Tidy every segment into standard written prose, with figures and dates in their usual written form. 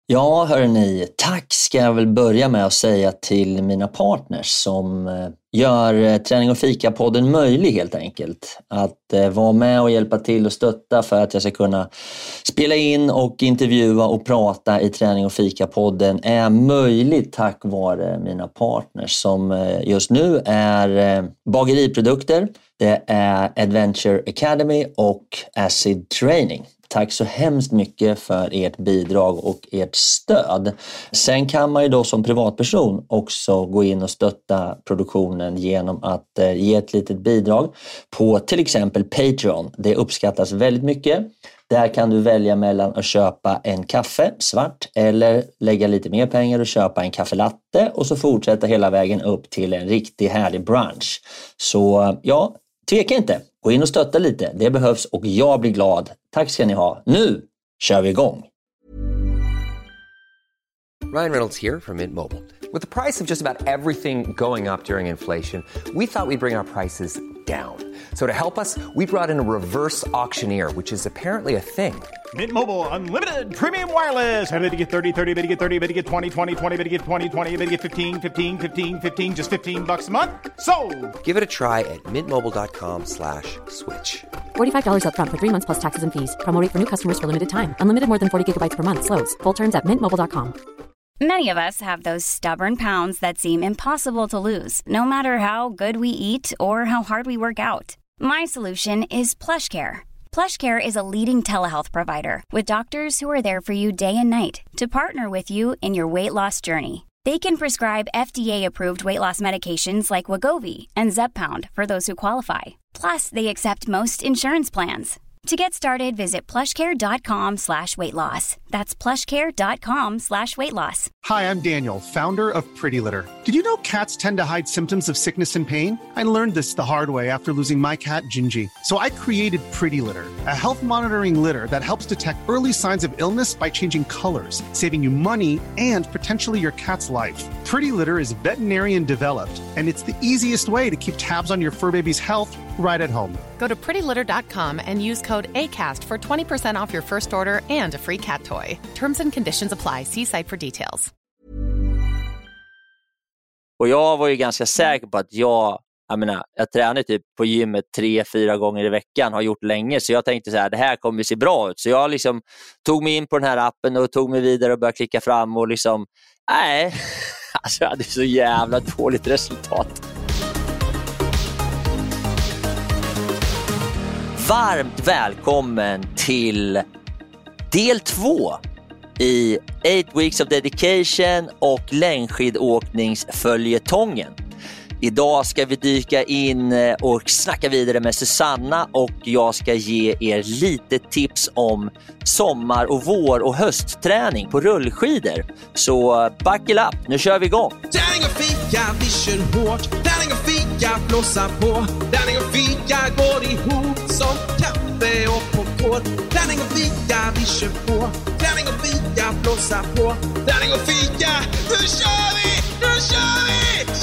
Ja, hörni, tack ska jag väl börja med att säga till mina partners som gör Träning och Fika-podden möjlig helt enkelt. Att vara med och hjälpa till och stötta för att jag ska kunna spela in och intervjua och prata i Träning och Fika-podden är möjligt tack vare mina partners som just nu är bageriprodukter, det är Adventure Academy och Acid Training. Tack så hemskt mycket för ert bidrag och ert stöd. Sen kan man ju då som privatperson också gå in och stötta produktionen genom att ge ett litet bidrag på till exempel Patreon. Det uppskattas väldigt mycket. Där kan du välja mellan att köpa en kaffe svart eller lägga lite mer pengar och köpa en kaffelatte och så fortsätta hela vägen upp till en riktigt härlig brunch. Så ja, tveka inte. Gå in och stötta lite. Det behövs och jag blir glad. Tack ska ni ha. Nu kör vi igång. Ryan Reynolds here from Mint Mobile. With the price of just about everything going up during inflation, we thought we'd bring our prices down. So to help us, we brought in a reverse auctioneer, which is apparently a thing. Mint Mobile Unlimited Premium Wireless. How to get 30, 30, bit to get 30, bit to get 20, 20, 20, bit to get 20, 20, bit to get 15, 15, 15, 15, just $15 a month? Sold! Give it a try at mintmobile.com/switch. $45 up front for 3 months plus taxes and fees. Promo rate for new customers for limited time. Unlimited more than 40 gigabytes per month. Slows full terms at mintmobile.com. Many of us have those stubborn pounds that seem impossible to lose, no matter how good we eat or how hard we work out. My solution is PlushCare. PlushCare is a leading telehealth provider with doctors who are there for you day and night to partner with you in your weight loss journey. They can prescribe FDA-approved weight loss medications like Wegovy and Zepbound for those who qualify. Plus, they accept most insurance plans. To get started, visit plushcare.com/weightloss. That's plushcare.com/weightloss. Hi, I'm Daniel, founder of Pretty Litter. Did you know cats tend to hide symptoms of sickness and pain? I learned this the hard way after losing my cat, Gingy. So I created Pretty Litter, a health monitoring litter that helps detect early signs of illness by changing colors, saving you money and potentially your cat's life. Pretty Litter is veterinarian developed, and it's the easiest way to keep tabs on your fur baby's health right at home. Go to prettylitter.com and use code ACAST for 20% off your first order and a free cat toy. Terms and conditions apply. See site for details. Och jag var ju ganska säker på att jag tränar typ på gymmet 3-4 gånger i veckan, har gjort länge, så jag tänkte så här, det här kommer se bra ut. Så jag liksom tog mig in på den här appen och tog mig vidare och började klicka fram och liksom, alltså jag hade så jävla dåligt resultat. Varmt välkommen till del 2 i 8 Weeks of Dedication och längdskidåkningsföljetongen. Idag ska vi dyka in och snacka vidare med Susanna och jag ska ge er lite tips om sommar- och vår- och höstträning på rullskidor. Så buckle up, nu kör vi igång! Träning och fika, vi kör hårt. Träning och fika, blåsa på. Träning och fika går ihop som kaffe och popcorn. Träning och fika, vi kör på. Träning och fika, blåsa på. Träning och fika, nu kör vi! Nu kör vi!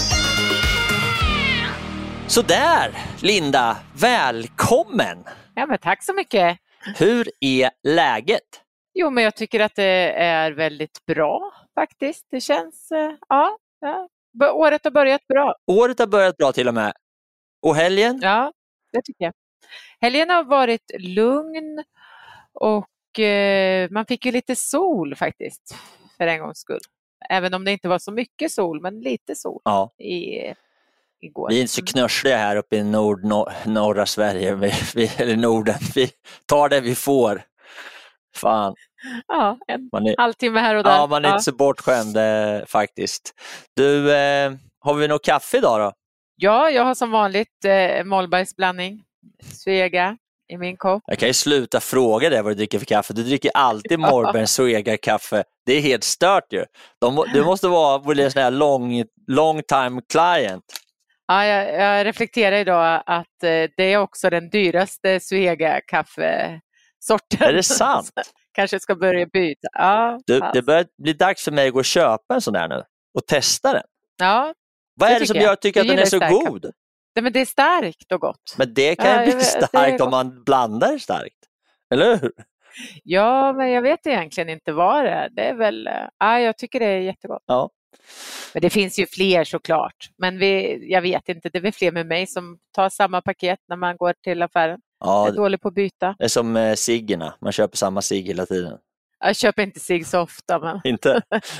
Så där, Linda, välkommen! Ja, men tack så mycket. Hur är läget? Jo, men jag tycker att det är väldigt bra faktiskt. Det känns, ja. Året har börjat bra. Året har börjat bra till och med. Och helgen? Ja, det tycker jag. Helgen har varit lugn och man fick ju lite sol faktiskt för en gångs skull. Även om det inte var så mycket sol, men lite sol igår. Vi är inte så knörsliga här uppe i norra Sverige, eller Norden. Vi tar det vi får. Fan. Ja, en halvtimme här och där. Ja, man är inte så bortskämd faktiskt. Du, har vi något kaffe idag då? Ja, jag har som vanligt Mollbergs blandning. Svega i min kopp. Jag kan ju sluta fråga dig vad du dricker för kaffe. Du dricker alltid Mollbergs Svega kaffe. Det är helt stört ju. Du måste vara en sån här long time client. Ja, jag reflekterar idag att det är också den dyraste Svega kaffesorten. Är det sant? Kanske ska börja byta. Ja, det börjar bli dags för mig att gå och köpa en sån där nu och testa den. Ja. Vad är det som gör att tycker att den är så god? Nej, men det är starkt och gott. Men det kan bli starkt om man blandar starkt. Eller hur? Ja, men jag vet egentligen inte vad det är. Det är väl, jag tycker det är jättegott. Ja. Men det finns ju fler såklart. Men jag vet inte, det är väl fler med mig som tar samma paket när man går till affären. Jag är dålig på att byta. Det är som ciggerna, man köper samma cigg hela tiden. Jag köper inte cigg så ofta. Men... Inte?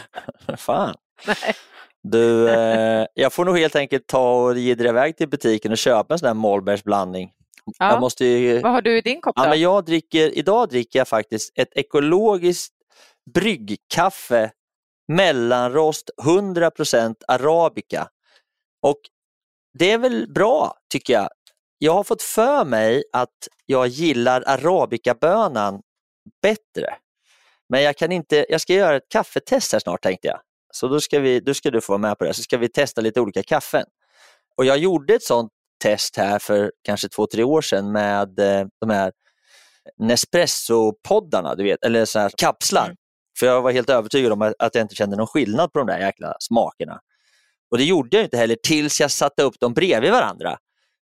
Fan. Nej. Du, jag får nog helt enkelt ta och gidra iväg till butiken och köpa en sån här Målbergsblandning. Ja. Jag måste ju... Vad har du i din kopp då? Ja, men idag dricker jag faktiskt ett ekologiskt bryggkaffe, mellanrost, 100% arabica. Och det är väl bra, tycker jag. Jag har fått för mig att jag gillar arabicabönan bättre. Men jag ska göra ett kaffetest här snart, tänkte jag. Så då ska du få vara med på det. Så ska vi testa lite olika kaffen. Och jag gjorde ett sånt test här för kanske 2-3 år sedan med de här Nespresso-poddarna, du vet, eller så här kapslar. För jag var helt övertygad om att jag inte kände någon skillnad på de där jäkla smakerna. Och det gjorde jag inte heller tills jag satte upp dem bredvid varandra.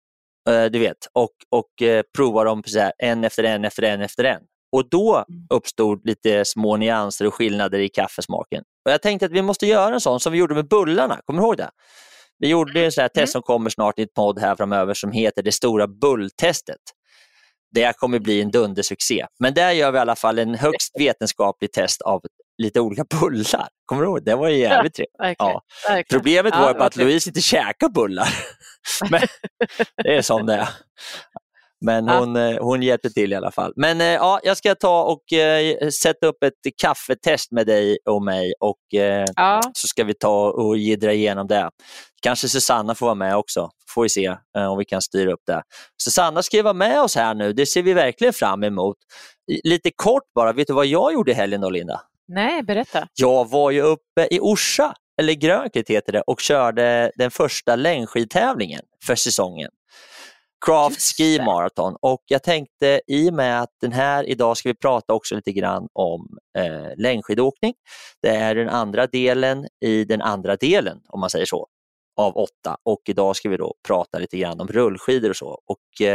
Du vet, och provade dem så här, en efter en. Och då uppstod lite små nyanser och skillnader i kaffesmaken. Och jag tänkte att vi måste göra en sån som vi gjorde med bullarna. Kommer du ihåg det? Vi gjorde en sån här test som kommer snart i ett podd här framöver som heter Det stora bulltestet. Det kommer bli en dundersuccé. Men där gör vi i alla fall en högst vetenskaplig test av lite olika bullar. Kommer du ihåg? Det var ju jävligt trevligt. Ja. Problemet var bara att Louise inte käkar bullar. Men det är som det är. Men hon hjälpte till i alla fall. Men jag ska ta och sätta upp ett kaffetest med dig och mig och så ska vi ta och gidra igenom det. Kanske Susanna får vara med också. Får vi se om vi kan styra upp det. Susanna ska vara med oss här nu. Det ser vi verkligen fram emot. Lite kort bara, vet du vad jag gjorde i helgen då, Linda? Nej, berätta. Jag var ju uppe i Orsa, eller Grönklitt heter det, och körde den första längdskidtävlingen för säsongen. Craft Ski Marathon. Och jag tänkte i och med att idag ska vi prata också lite grann om längdskidåkning. Det är den andra delen i den andra delen, om man säger så, av 8. Och idag ska vi då prata lite grann om rullskidor och så. Och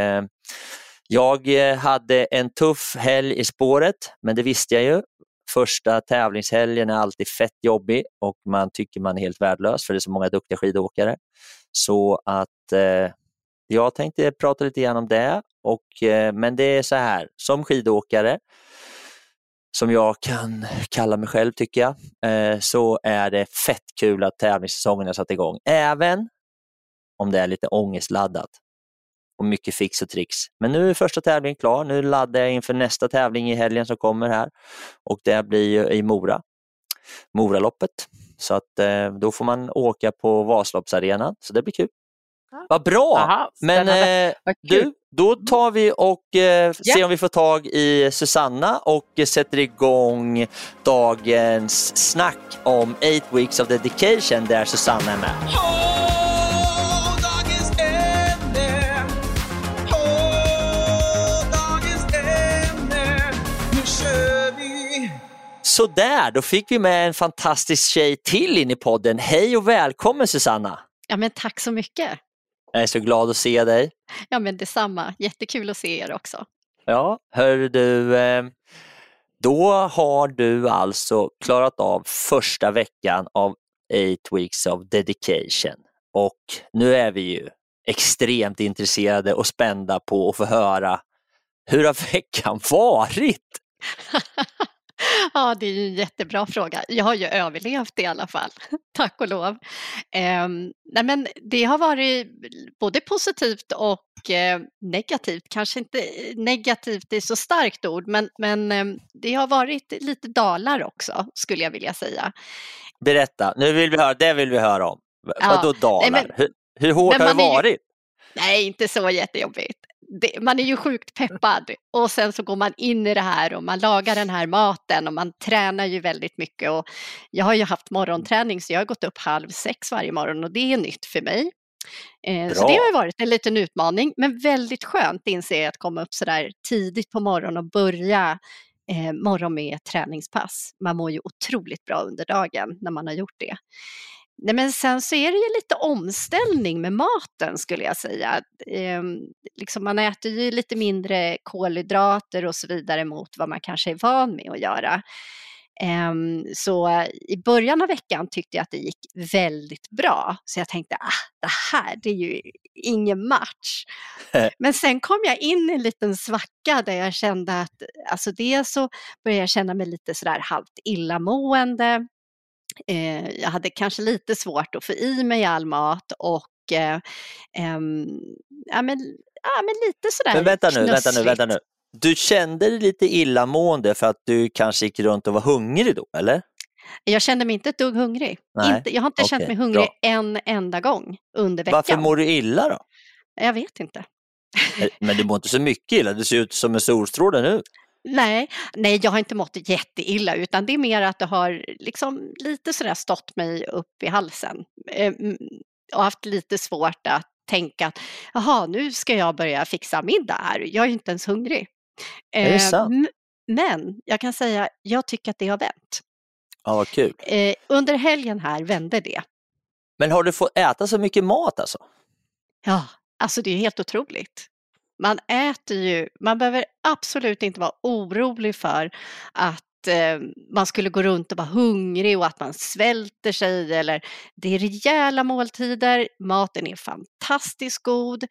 jag hade en tuff helg i spåret, men det visste jag ju. Första tävlingshelgen är alltid fett jobbig och man tycker man är helt värdelös för det är så många duktiga skidåkare. Så att jag tänkte prata lite grann om det. Men det är så här, som skidåkare, som jag kan kalla mig själv tycker jag, så är det fett kul att tävlingssäsongen har satt igång. Även om det är lite ångestladdat och mycket fix och tricks. Men nu är första tävlingen klar. Nu laddar jag inför nästa tävling i helgen som kommer här. Och det blir ju i Moraloppet. Så att då får man åka på Vasaloppsarenan. Så det blir kul. Vad bra! Aha, men du, då tar vi och ser om vi får tag i Susanna och sätter igång dagens snack om 8 Weeks of Dedication där Susanna är med. Så där, då fick vi med en fantastisk tjej till in i podden. Hej och välkommen Susanna! Ja, men tack så mycket! Jag är så glad att se dig. Ja, men detsamma. Jättekul att se er också. Ja, hör du, då har du alltså klarat av första veckan av 8 Weeks of Dedication. Och nu är vi ju extremt intresserade och spända på att få höra hur har veckan varit? Ja, det är ju en jättebra fråga. Jag har ju överlevt i alla fall, tack och lov. Nej, men det har varit både positivt och negativt. Kanske inte negativt är så starkt ord, men det har varit lite dalar också, skulle jag vilja säga. Berätta, det vill vi höra om. Vadå dalar? Nej, men, hur hårt har det varit? Nej, inte så jättejobbigt. Man är ju sjukt peppad och sen så går man in i det här och man lagar den här maten och man tränar ju väldigt mycket och jag har ju haft morgonträning så jag har gått upp 5:30 varje morgon och det är nytt för mig. Så det har ju varit en liten utmaning men väldigt skönt inser jag att komma upp så där tidigt på morgonen och börja morgon med träningspass. Man mår ju otroligt bra under dagen när man har gjort det. Nej, men sen så är det ju lite omställning med maten skulle jag säga. Liksom man äter ju lite mindre kolhydrater och så vidare mot vad man kanske är van med att göra. Så i början av veckan tyckte jag att det gick väldigt bra. Så jag tänkte, det här det är ju ingen match. Men sen kom jag in i en liten svacka där jag kände att, alltså dels så började jag känna mig lite sådär halvt illamående. Jag hade kanske lite svårt att få i mig all mat och men lite sådär Men vänta knussligt. nu. Du kände dig lite illamående för att du kanske gick runt och var hungrig då, eller? Jag kände mig inte ett dugg hungrig. Nej. Jag har inte känt mig hungrig en enda gång under veckan. Varför mår du illa då? Jag vet inte. Men du mår inte så mycket illa, du ser ut som en solstråle nu. Nej, jag har inte mått jätteilla utan det är mer att det har liksom lite sådär stått mig upp i halsen. Och haft lite svårt att tänka att jaha, nu ska jag börja fixa middag här. Jag är inte ens hungrig. Är det sant? Men jag kan säga, jag tycker att det har vänt. Ja, vad kul. Under helgen här vände det. Men har du fått äta så mycket mat alltså? Ja, alltså det är helt otroligt. Man äter ju, man behöver absolut inte vara orolig för att man skulle gå runt och vara hungrig och att man svälter sig. Eller, det är rejäla måltider, maten är fantastiskt god.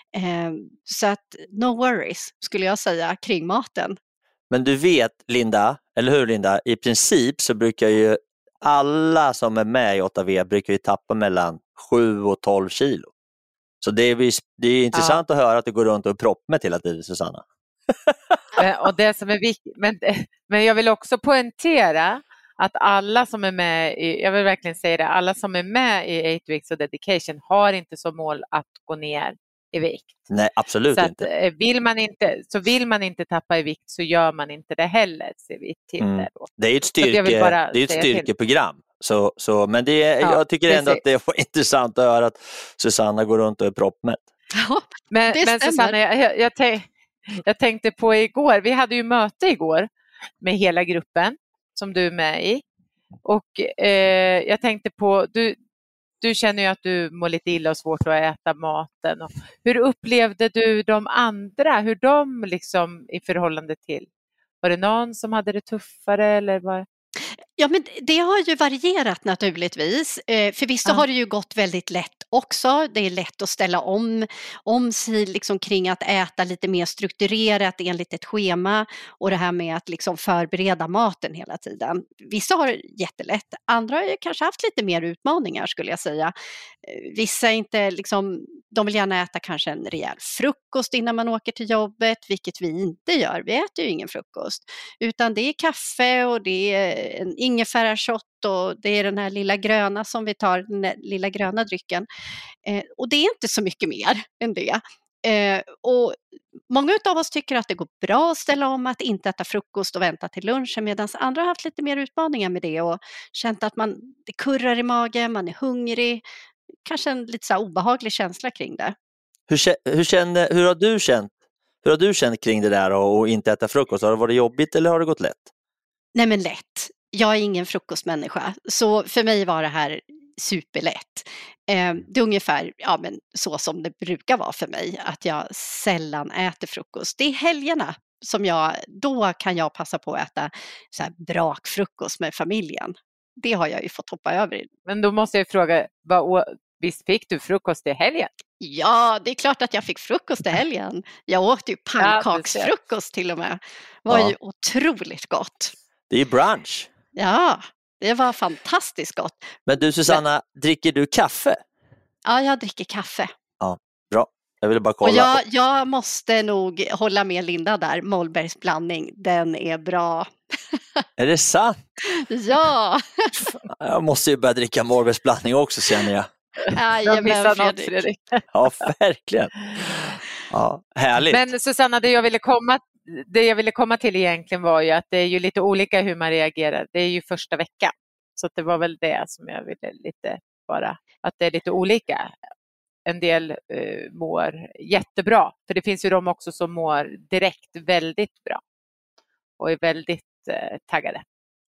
Så att no worries skulle jag säga kring maten. Men du vet Linda, eller hur Linda? I princip så brukar ju alla som är med i 8V brukar ju tappa mellan 7 och 12 kilo. Så det är intressant att höra att du går runt och är proppmätt hela tiden, Susanna. Och det som är viktigt, men jag vill också poängtera att alla som är med jag vill verkligen säga det, alla som är med i 8 Weeks of Dedication har inte som mål att gå ner i vikt. Nej, absolut så inte. Att, vill man inte tappa i vikt så gör man inte det heller, ser vi till det då. Det är ett styrkeprogram. Men jag tycker ändå att det var intressant att höra att Susanna går runt och är proppmätt. Men Susanna, jag tänkte på igår, vi hade ju möte igår med hela gruppen som du är med i. Och jag tänkte på, du känner ju att du mår lite illa och svårt att äta maten. Och hur upplevde du de andra? Hur de liksom i förhållande till? Var det någon som hade det tuffare eller vad? Ja, men det har ju varierat naturligtvis. För vissa har det ju gått väldigt lätt också. Det är lätt att ställa om sig liksom kring att äta lite mer strukturerat enligt ett schema och det här med att liksom förbereda maten hela tiden. Vissa har det jättelätt. Andra har ju kanske haft lite mer utmaningar skulle jag säga. Vissa är inte liksom, de vill gärna äta kanske en rejäl frukost innan man åker till jobbet, vilket vi inte gör. Vi äter ju ingen frukost, utan det är kaffe och det är en ingefärashot och det är den här lilla gröna som vi tar, den lilla gröna drycken. Och det är inte så mycket mer än det. Och många av oss tycker att det går bra att ställa om att inte äta frukost och vänta till lunchen, medan andra har haft lite mer utmaningar med det och känt att det kurrar i magen, man är hungrig, kanske en lite så här obehaglig känsla kring det. Hur har du känt kring det där och inte äta frukost? Har det varit jobbigt eller har det gått lätt? Nej, men lätt. Jag är ingen frukostmänniska, så för mig var det här superlätt. Det är ungefär så som det brukar vara för mig, att jag sällan äter frukost. Det är helgerna som då kan jag passa på att äta så här brakfrukost med familjen. Det har jag ju fått hoppa över. Men då måste jag fråga, visst fick du frukost i helgen? Ja, det är klart att jag fick frukost i helgen. Jag åt ju pannkaksfrukost till och med. Det var ju otroligt gott. Det är brunch. Ja, det var fantastiskt gott. Men du Susanna, dricker du kaffe? Ja, jag dricker kaffe. Ja, bra. Jag ville bara kolla. Och jag måste nog hålla med Linda där. Mollbergs blandning, den är bra. Är det sant? Ja. Jag måste ju börja dricka Mollbergs blandning också, känner jag. Jajamän, Fredrik. Ja, verkligen. Ja, härligt. Men Susanna, det jag ville komma till egentligen var ju att det är ju lite olika hur man reagerar. Det är ju första veckan. Så det var väl det som jag ville lite bara, att det är lite olika. En del mår jättebra. För det finns ju de också som mår direkt väldigt bra. Och är väldigt taggade.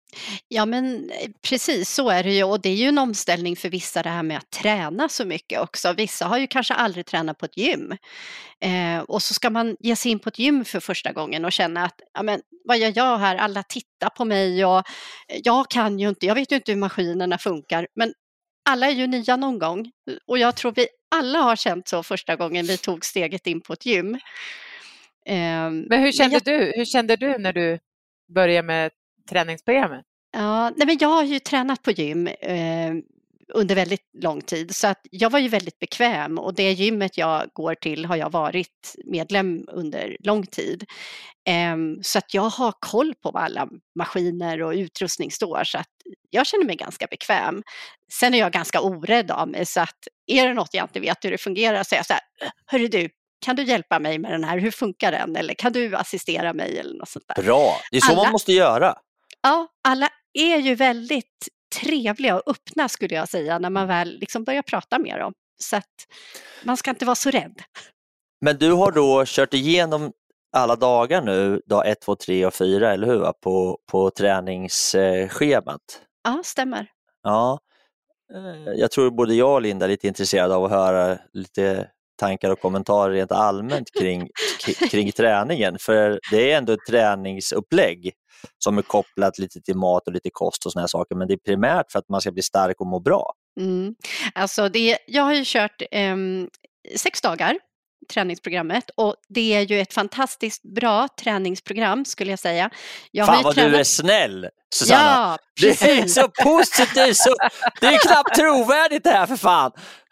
Ja men precis så är det ju, och det är ju en omställning för vissa det här med att träna så mycket också. Vissa har ju kanske aldrig tränat på ett gym och så ska man ge sig in på ett gym för första gången och känna att ja, men, vad gör jag här? Alla tittar på mig och jag kan ju inte, jag vet ju inte hur maskinerna funkar, men alla är ju nya någon gång och jag tror vi alla har känt så första gången vi tog steget in på ett gym. Men hur kände du när du började med träningsprogrammet? Ja, nej men jag har ju tränat på gym under väldigt lång tid så att jag var ju väldigt bekväm och det gymmet jag går till har jag varit medlem under lång tid. Så att jag har koll på vad alla maskiner och utrustning står så att jag känner mig ganska bekväm. Sen är jag ganska orädd av mig så att är det något jag inte vet hur det fungerar så är jag så här, hörru du, kan du hjälpa mig med den här, hur funkar den eller kan du assistera mig eller något sånt där. Bra, det är så man måste göra. Ja, alla är ju väldigt trevliga och öppna skulle jag säga när man väl liksom börjar prata med dem. Så att man ska inte vara så rädd. Men du har då kört igenom alla dagar nu, dag 1, 2, 3 och 4, eller hur? På träningsschemat. Ja, stämmer. Ja, jag tror både jag och Linda är lite intresserade av att höra lite tankar och kommentarer rent allmänt kring träningen. För det är ändå ett träningsupplägg som är kopplat lite till mat och lite kost och såna här saker. Men det är primärt för att man ska bli stark och må bra. Alltså jag har ju kört 6 dagar träningsprogrammet och det är ju ett fantastiskt bra träningsprogram skulle jag säga. Fan vad du är snäll, Susanna. Ja, det är så positivt, det är knappt trovärdigt det här för fan.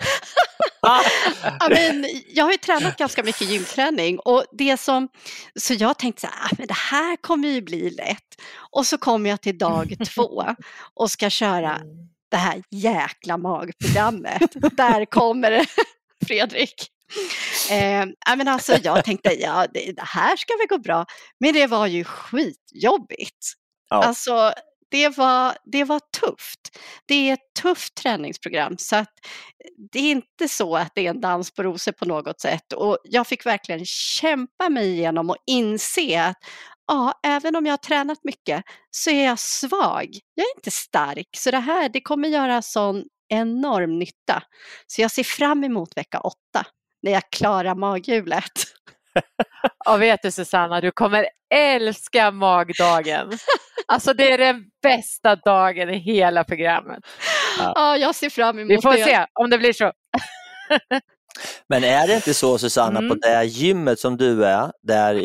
Ja, men jag har ju tränat ganska mycket gymträning och så jag tänkte så här, men det här kommer ju bli lätt. Och så kommer jag till dag 2 och ska köra det här jäkla magprogrammet. Där kommer det, Fredrik. Men alltså jag tänkte, det här ska väl gå bra. Men det var ju skitjobbigt. Ja. Alltså det var tufft. Det är ett tufft träningsprogram så att det är inte så att det är en dans på rosor på något sätt. Och jag fick verkligen kämpa mig igenom och inse att även om jag har tränat mycket så är jag svag. Jag är inte stark. Så det kommer göra sån enorm nytta. Så jag ser fram emot vecka 8 när jag klarar maghjulet. Och vet du Susanna, du kommer älska magdagen. Alltså det är den bästa dagen i hela programmet. Ja, jag ser fram emot det. Vi får se om det blir så. Men är det inte så Susanna på det här gymmet som du är där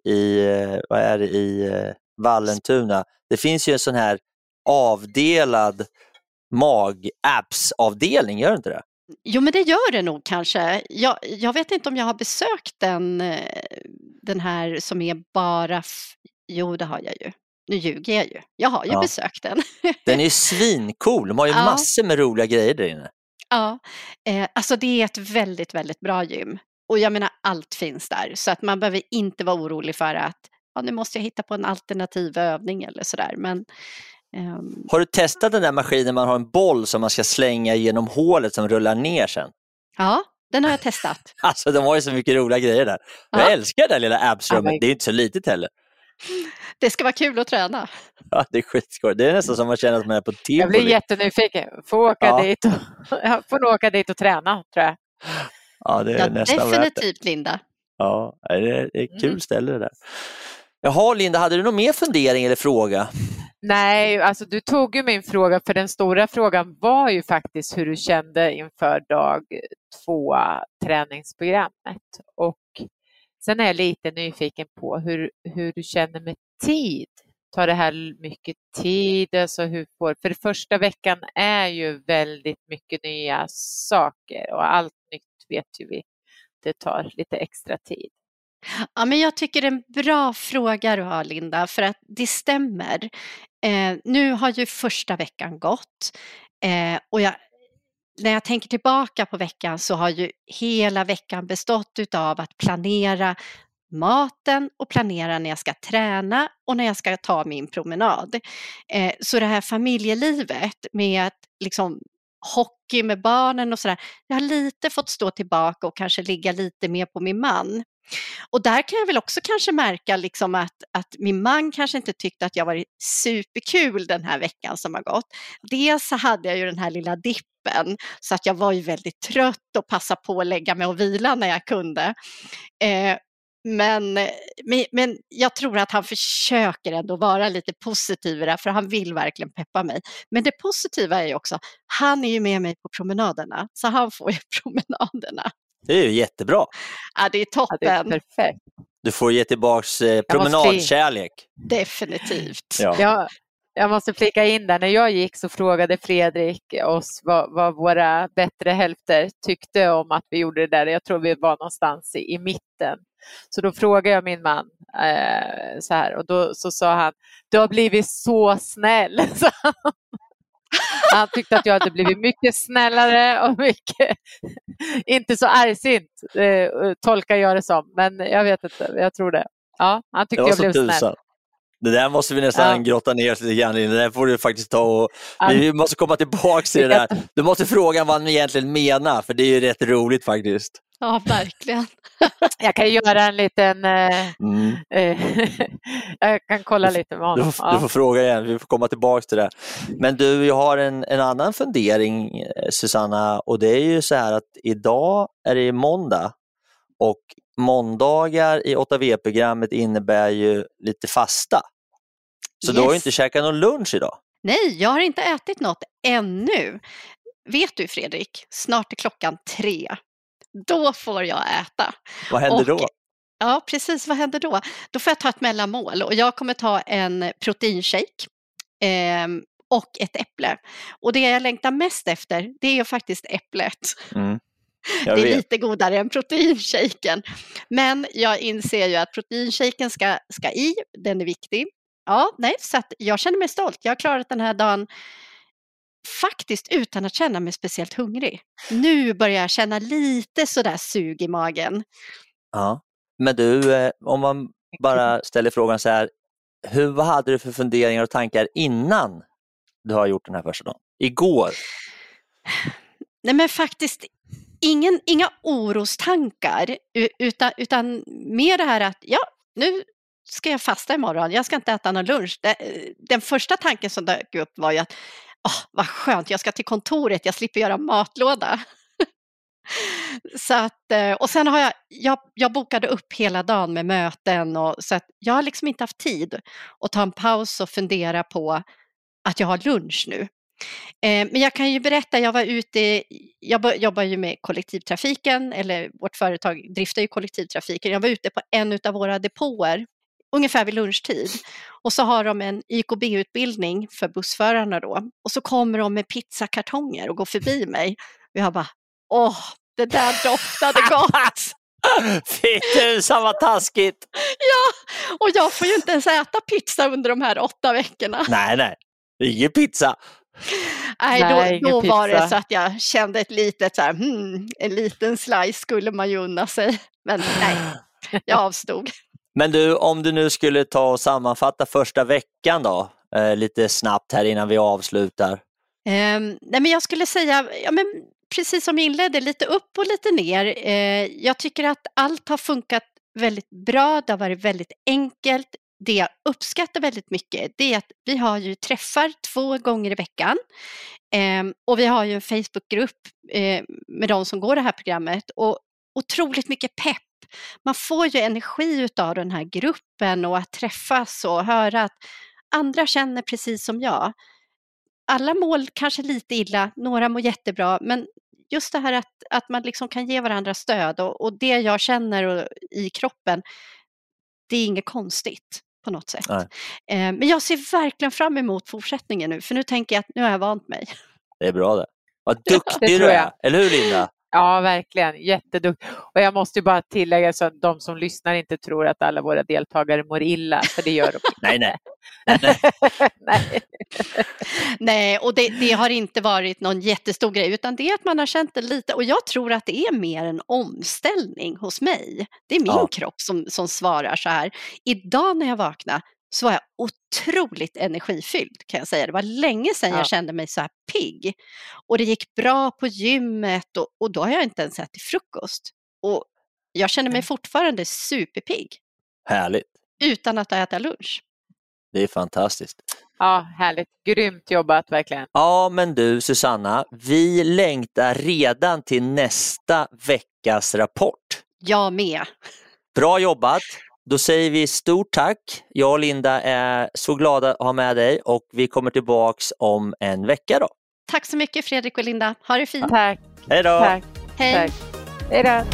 i Vallentuna, det finns ju en sån här avdelad mag-apps-avdelning, gör det inte det? Jo men det gör det nog kanske. Jag vet inte om jag har besökt den här som är bara... Jo det har jag ju. Nu ljuger jag ju. Jag har ju besökt den. Den är svincool. De har ju massor med roliga grejer där inne. Ja, alltså det är ett väldigt, väldigt bra gym. Och jag menar allt finns där. Så att man behöver inte vara orolig för att nu måste jag hitta på en alternativ övning eller sådär. Men... Har du testat den där maskinen man har en boll som man ska slänga genom hålet som rullar ner sen? Ja, den har jag testat. Alltså de har ju så mycket roliga grejer där. Jag älskar det där lilla appsrummet. Det är inte så litet heller. Det ska vara kul att träna. Ja, det är skitskoj. Det är nästan som man känner att man är på tivoli. Jag blir jättenyfiken. Jag får åka dit och träna, tror jag. Ja, det är nästan definitivt Linda. Ja, det är ett kul ställe det där. Jaha Linda, hade du någon mer fundering eller fråga? Nej, alltså du tog ju min fråga, för den stora frågan var ju faktiskt hur du kände inför dag 2 träningsprogrammet. Och sen är jag lite nyfiken på hur du känner med tid. Tar det här mycket tid? Alltså för första veckan är ju väldigt mycket nya saker och allt nytt vet ju vi. Det tar lite extra tid. Ja, men jag tycker det är en bra fråga du har Linda, för att det stämmer. Nu har ju första veckan gått och när jag tänker tillbaka på veckan så har ju hela veckan bestått av att planera maten och planera när jag ska träna och när jag ska ta min promenad. Så det här familjelivet med att liksom hockey med barnen och sådär, jag har lite fått stå tillbaka och kanske ligga lite mer på min man. Och där kan jag väl också kanske märka liksom att min man kanske inte tyckte att jag var superkul den här veckan som har gått. Dels så hade jag ju den här lilla dippen, så att jag var ju väldigt trött och passade på att lägga mig och vila när jag kunde. Men jag tror att han försöker ändå vara lite positiv i det, för han vill verkligen peppa mig. Men det positiva är ju också, han är ju med mig på promenaderna, så han får ju promenaderna. Det är ju jättebra. Ja, det är toppen. Ja, det är perfekt. Du får ge tillbaks promenadkärlek. Definitivt. Ja. Jag måste flika in där. När jag gick så frågade Fredrik oss vad våra bättre hälfter tyckte om att vi gjorde det där. Jag tror vi var någonstans i mitten. Så då frågade jag min man så här, och då så sa han, du har blivit så snäll. Så han tyckte att jag hade blivit mycket snällare och mycket inte så argsint, tolkar jag det som. Men jag vet inte, jag tror det. Ja, han tyckte jag blev snäll. Det där måste vi nästan grotta ner oss lite grann i. Det där får du faktiskt ta och... Vi måste komma tillbaka till det där. Du måste fråga vad han egentligen menar, för det är ju rätt roligt faktiskt. Ja, verkligen. Jag kan göra en liten... jag kan kolla lite med honom. Du får fråga igen, vi får komma tillbaka till det. Men du, jag har en annan fundering, Susanna, och det är ju så här att idag är det måndag, och måndagar i 8V-programmet innebär ju lite fasta. Så du har ju inte käkat någon lunch idag. Nej, jag har inte ätit något ännu. Vet du, Fredrik, snart är klockan 3. Då får jag äta. Vad händer då? Ja, precis. Vad händer då? Då får jag ta ett mellanmål, och jag kommer ta en proteinshake och ett äpple. Och det jag längtar mest efter, det är ju faktiskt äpplet. Det är lite godare än proteinshaken. Men jag inser ju att proteinshaken ska i, den är viktig. Ja, nej, så att jag känner mig stolt. Jag har klarat den här dagen faktiskt utan att känna mig speciellt hungrig. Nu börjar jag känna lite sådär sug i magen. Ja, men du, om man bara ställer frågan så här, vad hade du för funderingar och tankar innan du har gjort den här första dagen? Igår? Nej, men faktiskt inga orostankar, utan mer det här att nu ska jag fasta imorgon, jag ska inte äta någon lunch. Den första tanken som dök upp var ju att vad skönt, jag ska till kontoret, jag slipper göra matlåda. Så att, och sen har jag bokade upp hela dagen med möten, och så att jag har liksom inte haft tid att ta en paus och fundera på att jag har lunch nu. Men jag kan ju berätta, jag jobbar ju med kollektivtrafiken, eller vårt företag driftar ju kollektivtrafiken. Jag var ute på en av våra depåer ungefär vid lunchtid, och så har de en IKB-utbildning för bussförarna då, och så kommer de med pizzakartonger och går förbi mig, och jag bara, det där doftade gott. Fy tusan, vad taskigt. Ja, och jag får ju inte ens äta pizza under de här 8 veckorna. Nej, ingen pizza. Nej, då var det så att jag kände ett litet så här, en liten slice skulle man ju unna sig. Men nej, jag avstod. Men du, om du nu skulle ta och sammanfatta första veckan då, lite snabbt här innan vi avslutar. Nej, men jag skulle säga, precis som jag inledde, lite upp och lite ner. Jag tycker att allt har funkat väldigt bra, det har varit väldigt enkelt. Det jag uppskattar väldigt mycket, det är att vi har ju träffar 2 gånger i veckan. Och vi har ju en Facebookgrupp med de som går det här programmet, och otroligt mycket pepp. Man får ju energi utav den här gruppen, och att träffas och höra att andra känner precis som jag. Alla mår kanske lite illa, några mår jättebra, men just det här att man liksom kan ge varandra stöd, och det jag känner i kroppen, det är inget konstigt på något sätt. Men jag ser verkligen fram emot fortsättningen nu, för nu tänker jag att nu har jag vant mig. Det är bra det. Vad duktig du är, eller hur, Linda? Ja, verkligen. Jätteduktig. Och jag måste ju bara tillägga så att de som lyssnar inte tror att alla våra deltagare mår illa, för det gör de inte. Nej. Nej, och det har inte varit någon jättestor grej, utan det är att man har känt det lite, och jag tror att det är mer en omställning hos mig. Det är min kropp som svarar så här. Idag när jag vaknade så var jag otroligt energifylld, kan jag säga. Det var länge sedan jag kände mig så här pigg. Och det gick bra på gymmet, och då har jag inte ens ätit frukost. Och Jag känner mig fortfarande superpigg. Härligt. Utan att äta lunch. Det är fantastiskt. Ja, härligt. Grymt jobbat verkligen. Ja, men du Susanna, vi längtar redan till nästa veckas rapport. Jag med. Bra jobbat. Då säger vi stort tack. Jag och Linda är så glada att ha med dig och vi kommer tillbaks om en vecka då. Tack så mycket Fredrik och Linda. Ha det fint. Tack. Hej då. Tack. Hej. Tack. Hej då.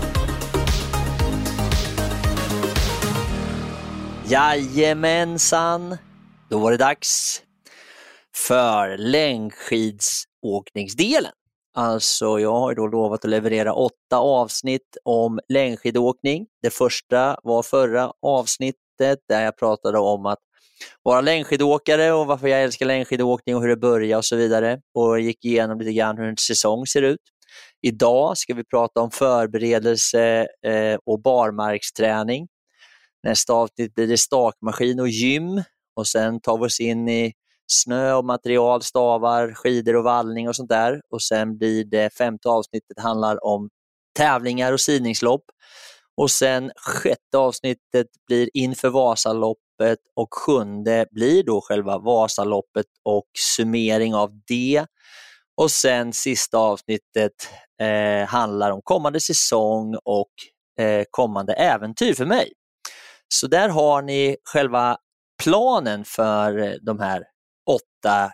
Jajamensan. Då var det dags för längdskidsåkningsdelen. Alltså jag har då lovat att leverera 8 avsnitt om längdskidåkning. Det första var förra avsnittet där jag pratade om att vara längdskidåkare och varför jag älskar längdskidåkning och hur det börjar och så vidare. Och gick igenom lite grann hur en säsong ser ut. Idag ska vi prata om förberedelse och barmarksträning. Nästa avsnitt blir det stakmaskin och gym. Och sen tar vi oss in i snö och material, stavar, skidor och vallning och sånt där. Och sen blir det 5:e avsnittet handlar om tävlingar och sidningslopp. Och sen 6:e avsnittet blir inför Vasaloppet och 7:e blir då själva Vasaloppet och summering av det. Och sen sista avsnittet handlar om kommande säsong och kommande äventyr för mig. Så där har ni själva planen för de här 8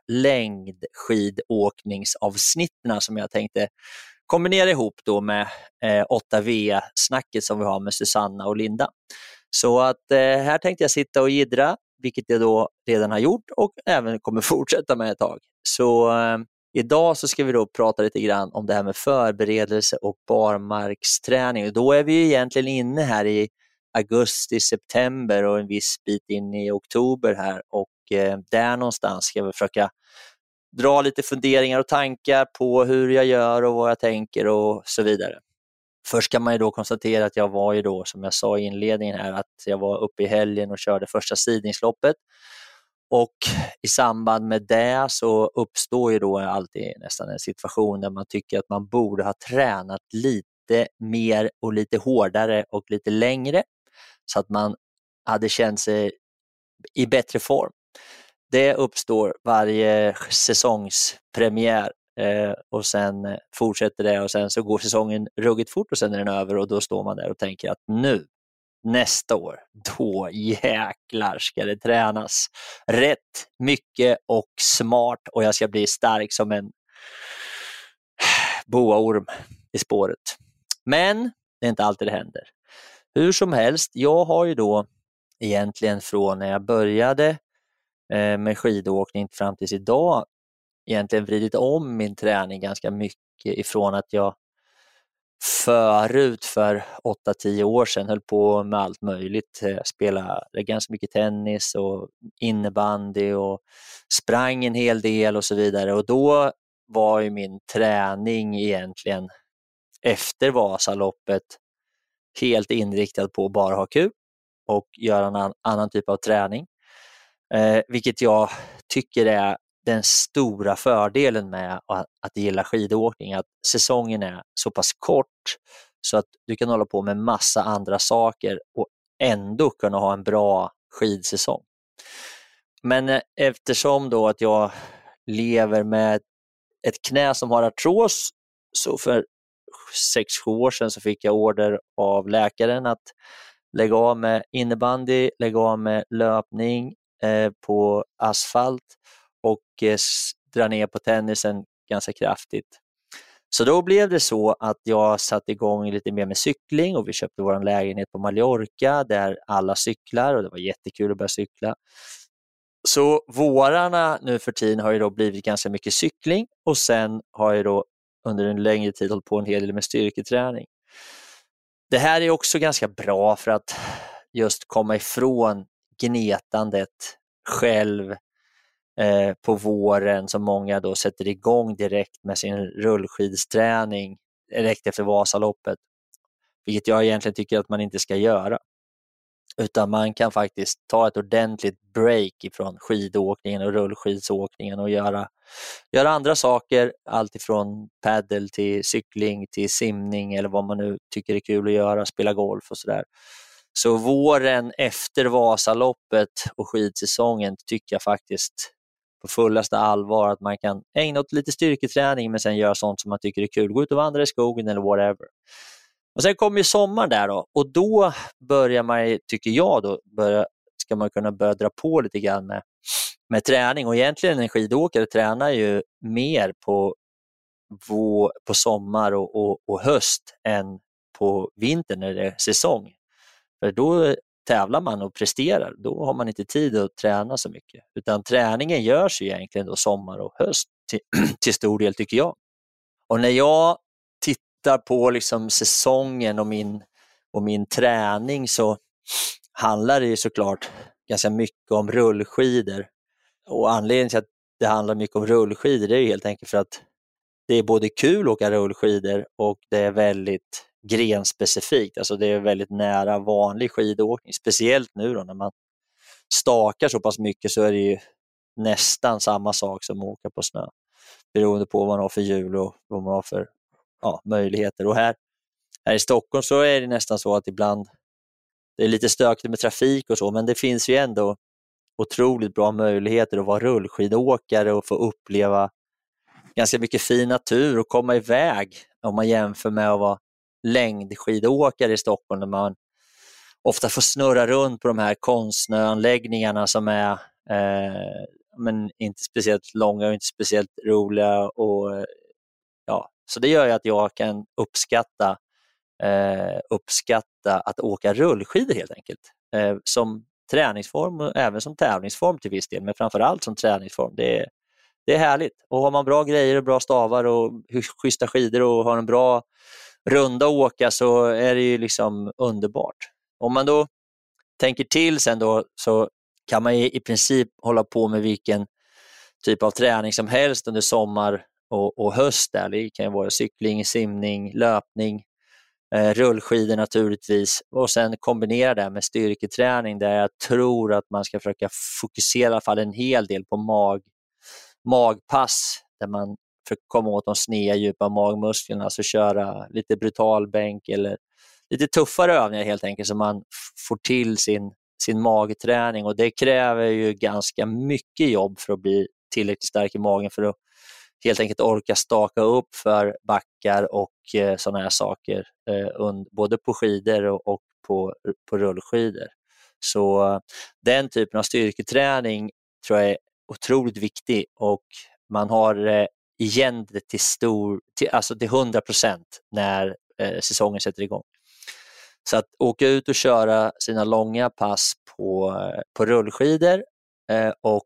längdskidåkningsavsnitten som jag tänkte kombinera ihop då med 8V-snacket som vi har med Susanna och Linda. Så att här tänkte jag sitta och jiddra, vilket jag då redan har gjort och även kommer fortsätta med ett tag. Så idag så ska vi då prata lite grann om det här med förberedelse och barmarksträning. Och då är vi egentligen inne här i augusti, september och en viss bit in i oktober här. Och där någonstans ska vi försöka dra lite funderingar och tankar på hur jag gör och vad jag tänker och så vidare. Först kan man ju då konstatera att jag var ju då, som jag sa i inledningen här, att jag var uppe i helgen och körde första sidningsloppet. Och i samband med det så uppstår ju då alltid nästan en situation där man tycker att man borde ha tränat lite mer och lite hårdare och lite längre så att man hade känt sig i bättre form. Det uppstår varje säsongspremiär och sen fortsätter det och sen så går säsongen ruggigt fort och sen är den över och då står man där och tänker att nu, nästa år, då jäklar ska det tränas rätt mycket och smart och jag ska bli stark som en boaorm i spåret. Men det är inte alltid det händer. Hur som helst, jag har ju då egentligen från när jag började med skidåkning fram tills idag egentligen vridit om min träning ganska mycket ifrån att jag förut för 8-10 år sedan höll på med allt möjligt. Spelade ganska mycket tennis och innebandy och sprang en hel del och så vidare. Och då var ju min träning egentligen efter Vasaloppet helt inriktad på att bara ha kul och göra en annan typ av träning. Vilket jag tycker är den stora fördelen med att gilla skidåkning, att säsongen är så pass kort så att du kan hålla på med massa andra saker och ändå kunna ha en bra skidsäsong. Men eftersom då att jag lever med ett knä som har artros, så för 6-7 år sedan så fick jag order av läkaren att lägga av med innebandy, lägga av med löpning på asfalt och dra ner på tennisen ganska kraftigt. Så då blev det så att jag satte igång lite mer med cykling och vi köpte vår lägenhet på Mallorca där alla cyklar och det var jättekul att börja cykla. Så vårarna nu för tiden har ju då blivit ganska mycket cykling och sen har jag då under en längre tid hållit på en hel del med styrketräning. Det här är också ganska bra för att just komma ifrån gnetandet själv på våren som många då sätter igång direkt med sin rullskidsträning direkt efter Vasaloppet. Vilket jag egentligen tycker att man inte ska göra. Utan man kan faktiskt ta ett ordentligt break ifrån skidåkningen och rullskidsåkningen och göra andra saker, allt ifrån paddel till cykling till simning eller vad man nu tycker är kul att göra, spela golf och sådär. Så våren efter Vasaloppet och skidsäsongen tycker jag faktiskt på fullaste allvar att man kan ägna åt lite styrketräning men sen göra sånt som man tycker är kul, gå ut och vandra i skogen eller whatever. Och sen kommer ju sommaren där då, och då börjar man, tycker jag, ska man kunna börja dra på lite grann med träning. Och egentligen en skidåkare tränar ju mer på sommar och höst än på vintern när det är säsong. För då tävlar man och presterar, då har man inte tid att träna så mycket. Utan träningen görs ju egentligen då sommar och höst till stor del, tycker jag. Och när jag tittar på liksom säsongen och min träning så handlar det ju såklart ganska mycket om rullskidor. Och anledningen till att det handlar mycket om rullskidor, det är ju helt enkelt för att det är både kul att åka rullskidor och det är väldigt grenspecifikt. Alltså det är väldigt nära vanlig skidåkning. Speciellt nu då när man stakar så pass mycket så är det ju nästan samma sak som att åka på snö. Beroende på vad man har för hjul och vad man har för möjligheter. Och här i Stockholm så är det nästan så att ibland det är lite stökigt med trafik och så, men det finns ju ändå otroligt bra möjligheter att vara rullskidåkare och få uppleva ganska mycket fin natur och komma iväg om man jämför med att vara längdskidåkare i Stockholm där man ofta får snurra runt på de här konstsnöanläggningarna som är men inte speciellt långa och inte speciellt roliga. Och, så det gör ju att jag kan uppskatta att åka rullskidor helt enkelt. Som träningsform och även som tävlingsform till viss del, men framförallt som träningsform. Det är härligt. Och har man bra grejer och bra stavar och schyssta skidor och har en bra runda att åka så är det ju liksom underbart. Om man då tänker till sen då så kan man i princip hålla på med vilken typ av träning som helst under sommar och höst. Där. Det kan ju vara cykling, simning, löpning, rullskidor naturligtvis och sen kombinera det med styrketräning där jag tror att man ska försöka fokusera i alla fall en hel del på magpass där man försöker komma åt de sneda djupa magmusklerna, alltså köra lite brutal bänk eller lite tuffare övningar helt enkelt så man får till sin magträning och det kräver ju ganska mycket jobb för att bli tillräckligt stark i magen för att helt enkelt orka staka upp för backar och sådana här saker både på skidor och på rullskidor. Så den typen av styrketräning tror jag är otroligt viktig och man har igen det till 100% när säsongen sätter igång. Så att åka ut och köra sina långa pass på rullskidor och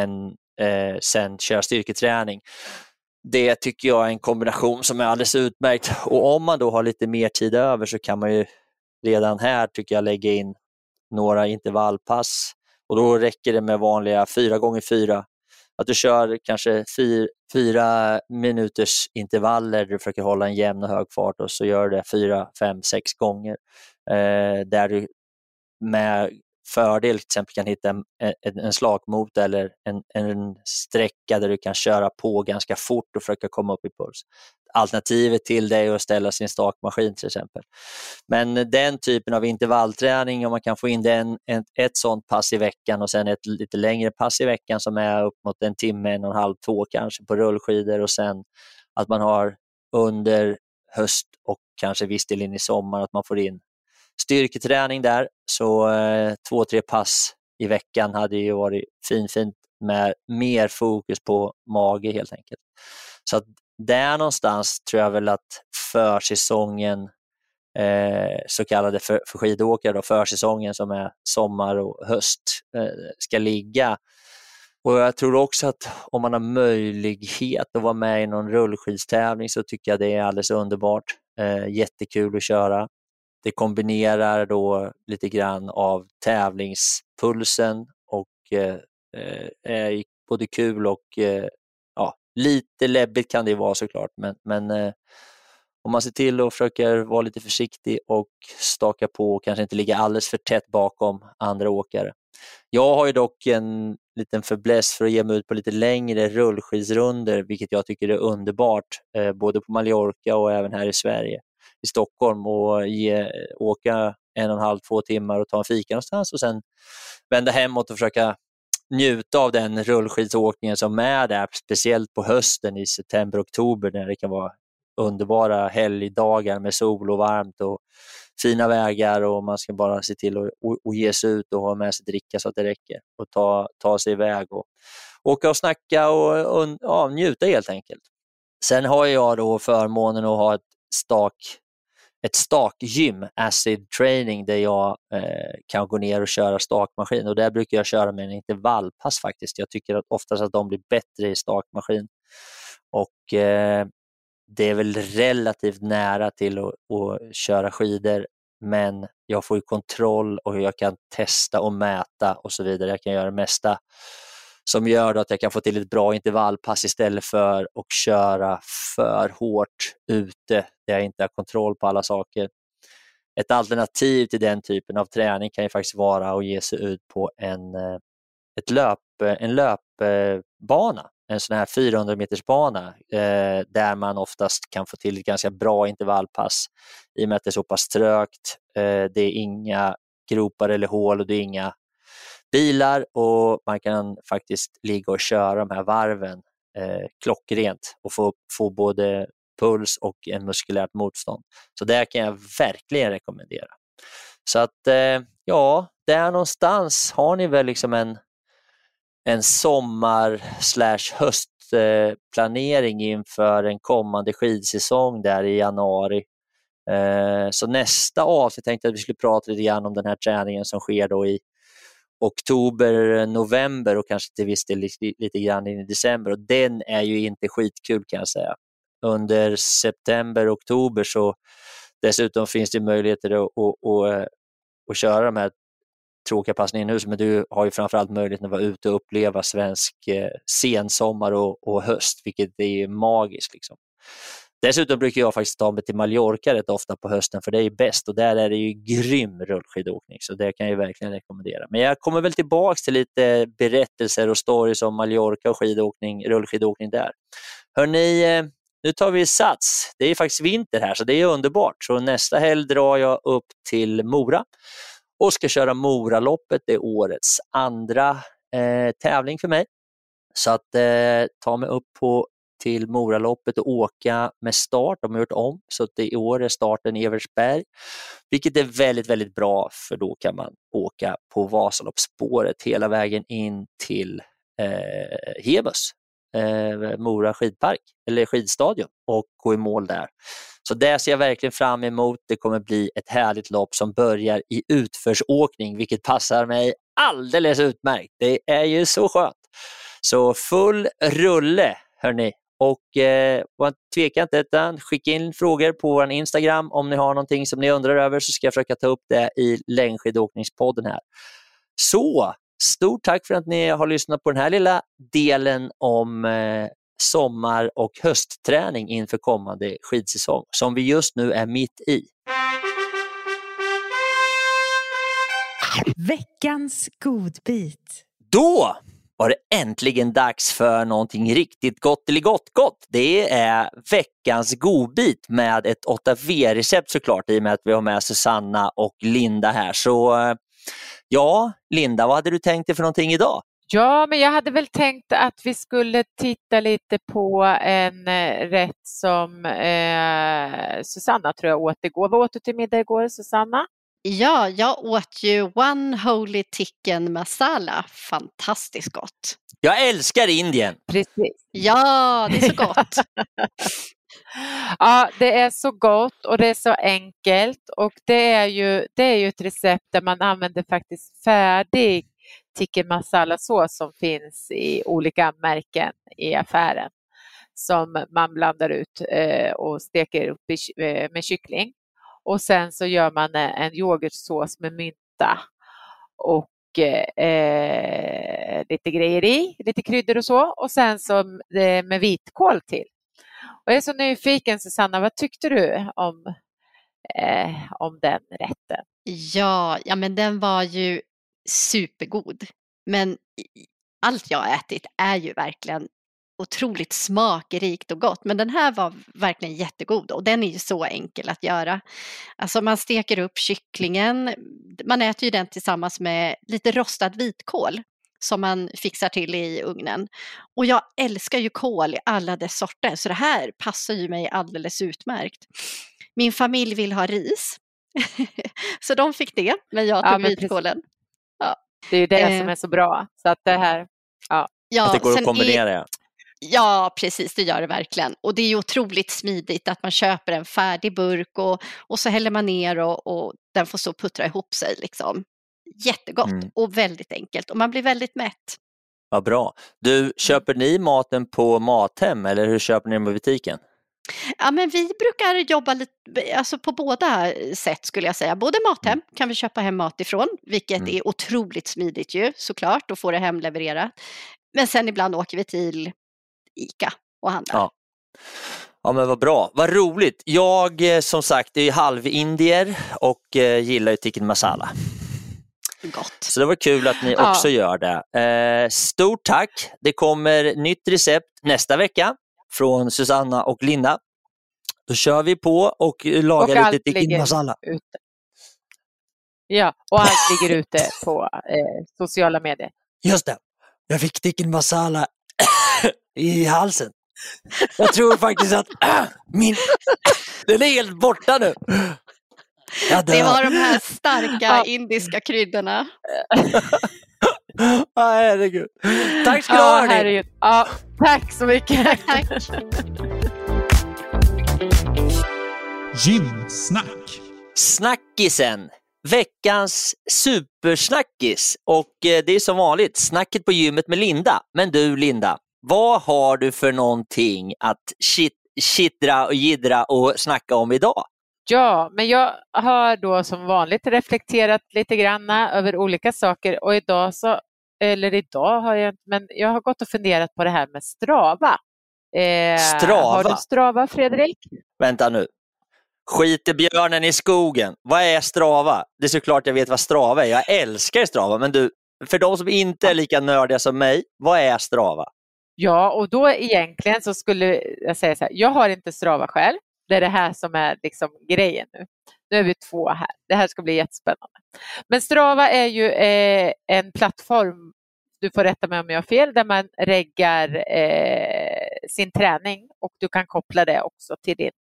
sen köra styrketräning. Det tycker jag är en kombination som är alldeles utmärkt. Och om man då har lite mer tid över så kan man ju redan här tycker jag lägga in några intervallpass. Och då räcker det med vanliga 4x4. Att du kör kanske 4 minuters intervaller där du försöker hålla en jämn och hög fart och så gör det 4, 5, 6 gånger. Där du med fördel till exempel kan hitta en slagmot eller en sträcka där du kan köra på ganska fort och försöka komma upp i puls. Alternativet till det är att ställa sin stakmaskin till exempel. Men den typen av intervallträning, om man kan få in ett sånt pass i veckan och sen ett lite längre pass i veckan som är upp mot 1 timme, 1,5, 2 kanske på rullskidor och sen att man har under höst och kanske viss del in i sommar att man får in styrketräning där. Så 2-3 pass i veckan hade ju varit fint med mer fokus på mage helt enkelt. Så att där någonstans tror jag väl att försäsongen så kallade för skidåkare då, försäsongen som är sommar och höst ska ligga. Och jag tror också att om man har möjlighet att vara med i någon rullskidstävling så tycker jag det är alldeles underbart. Jättekul att köra. Det kombinerar då lite grann av tävlingspulsen och är både kul och lite läbbigt kan det vara såklart. Men om man ser till och försöker vara lite försiktig och staka på och kanske inte ligga alldeles för tätt bakom andra åkare. Jag har ju dock en liten fäbless för att ge mig ut på lite längre rullskidsrunder, vilket jag tycker är underbart, både på Mallorca och även här i Sverige, i Stockholm, och åka 1,5-2 timmar och ta en fika någonstans och sen vända hemåt och försöka njuta av den rullskidsåkningen som är där, speciellt på hösten i september-oktober när det kan vara underbara helgdagar med sol och varmt och fina vägar, och man ska bara se till att ge sig ut och ha med sig dricka så att det räcker och ta sig iväg och åka och snacka och njuta helt enkelt. Sen har jag då förmånen att ha ett stakgym, acid training, där jag kan gå ner och köra stakmaskin, och där brukar jag köra med en intervallpass faktiskt. Jag tycker att oftast att de blir bättre i stakmaskin, och det är väl relativt nära till att köra skidor, men jag får ju kontroll och jag kan testa och mäta och så vidare. Jag kan göra det mesta som gör att jag kan få till ett bra intervallpass istället för att köra för hårt ute där jag inte har kontroll på alla saker. Ett alternativ till den typen av träning kan ju faktiskt vara att ge sig ut på en löpbana, en sån här 400 meters bana, där man oftast kan få till ett ganska bra intervallpass i och med att det är så pass trögt. Det är inga gropar eller hål och det är inga bilar, och man kan faktiskt ligga och köra de här varven klockrent och få både puls och en muskulärt motstånd. Så det kan jag verkligen rekommendera. Så att där någonstans har ni väl liksom en sommar/höstplanering inför en kommande skidsäsong där i januari. Så nästa avsnitt tänkte jag att vi skulle prata lite grann om den här träningen som sker då i oktober, november och kanske till viss del lite grann in i december, och den är ju inte skitkul kan jag säga. Under september och oktober så dessutom finns det möjligheter att köra de här tråkiga passen inomhus, men du har ju framförallt möjligheten att vara ute och uppleva svensk sensommar och höst, vilket är magiskt liksom. Dessutom brukar jag faktiskt ta mig till Mallorca rätt ofta på hösten, för det är ju bäst och där är det ju grym rullskidåkning, så det kan jag verkligen rekommendera. Men jag kommer väl tillbaks till lite berättelser och stories om Mallorca och rullskidåkning där. Hörrni, nu tar vi sats. Det är faktiskt vinter här så det är underbart. Så nästa helg drar jag upp till Mora och ska köra Moraloppet. Det är årets andra tävling för mig. Så att ta mig upp till Moraloppet och åka med start. De har gjort om, så att i år är starten i Evertsberg, vilket är väldigt, väldigt bra, för då kan man åka på Vasaloppsspåret hela vägen in till Hebus, Mora skidpark eller skidstadion, och gå i mål där. Så det ser jag verkligen fram emot. Det kommer bli ett härligt lopp som börjar i utförsåkning, vilket passar mig alldeles utmärkt. Det är ju så skönt. Så full rulle, hörni. Och tveka inte, utan skicka in frågor på vår Instagram om ni har någonting som ni undrar över, så ska jag försöka ta upp det i Längdskidåkningspodden här. Så, stort tack för att ni har lyssnat på den här lilla delen om sommar- och höstträning inför kommande skidsäsong som vi just nu är mitt i. Veckans godbit. Då var det äntligen dags för någonting riktigt gott eller gott. Det är veckans godbit med ett 8V-recept såklart, i och med att vi har med Susanna och Linda här. Så ja, Linda, vad hade du tänkt dig för någonting idag? Ja, men jag hade väl tänkt att vi skulle titta lite på en rätt som Susanna tror jag åt igår. Vad åt du till middag igår, Susanna? Ja, jag åt ju One Holy Chicken Masala. Fantastiskt gott. Jag älskar Indien. Precis. Ja, det är så gott. Ja, det är så gott och det är så enkelt, och det är ju ett recept där man använder faktiskt färdig tikka masala sås som finns i olika märken i affären, som man blandar ut och steker upp med kyckling. Och sen så gör man en yoghurtsås med mynta och lite grejer i, lite kryddor och så. Och sen så med vitkål till. Och jag är så nyfiken, Susanna, vad tyckte du om den rätten? Ja, men den var ju supergod. Men allt jag har ätit är ju verkligen otroligt smakrikt och gott. Men den här var verkligen jättegod och den är ju så enkel att göra. Alltså man steker upp kycklingen, man äter ju den tillsammans med lite rostad vitkål som man fixar till i ugnen. Och jag älskar ju kål i alla dess sorter så det här passar ju mig alldeles utmärkt. Min familj vill ha ris. Så de fick det, men jag tog vitkålen. Ja. Det är ju det som är så bra. Så att det här, att det går att kombinera. Ja, precis, det gör det verkligen. Och det är ju otroligt smidigt att man köper en färdig burk och så häller man ner och den får så puttra ihop sig liksom. Jättegott och väldigt enkelt och man blir väldigt mätt. Vad bra. Du, köper ni maten på Mathem eller hur köper ni den på butiken? Ja, men vi brukar jobba lite, alltså på båda sätt skulle jag säga. Både Mathem kan vi köpa hem mat ifrån, vilket är otroligt smidigt ju såklart och får det hemlevererat. Men sen ibland åker vi till ICA och handlar. Ja, men vad bra. Vad roligt. Jag som sagt är halvindier och gillar ju tikka masala. Gott. Så det var kul att ni också gör det. Stort tack. Det kommer nytt recept nästa vecka från Susanna och Linda. Då kör vi på och lagar och lite tikka masala. Ute. Ja, och allt ligger ute på sociala medier. Just det. Jag fick tikka masala i halsen. Jag tror faktiskt att den är helt borta nu. Det var de här starka indiska kryddorna. Herregud. Tack ska du ha. Herregud. Tack så mycket. Tack. Gymsnack. Snackisen. Veckans supersnackis. Och det är som vanligt snacket på gymmet med Linda. Men du Linda, vad har du för någonting att kittra och jiddra och snacka om idag? Ja, men jag har då som vanligt reflekterat lite granna över olika saker och idag har jag inte, men jag har gått och funderat på det här med Strava. Strava? Har du Strava, Fredrik? Vänta nu. Skiter björnen i skogen. Vad är Strava? Det är såklart jag vet vad Strava är. Jag älskar Strava, men du, för de som inte är lika nördiga som mig, vad är Strava? Ja, och då egentligen så skulle jag säga så här, jag har inte Strava själv. Det är det här som är liksom grejen nu. Nu är vi 2 här. Det här ska bli jättespännande. Men Strava är ju en plattform, du får rätta mig om jag har fel, där man reggar sin träning och du kan koppla det också till din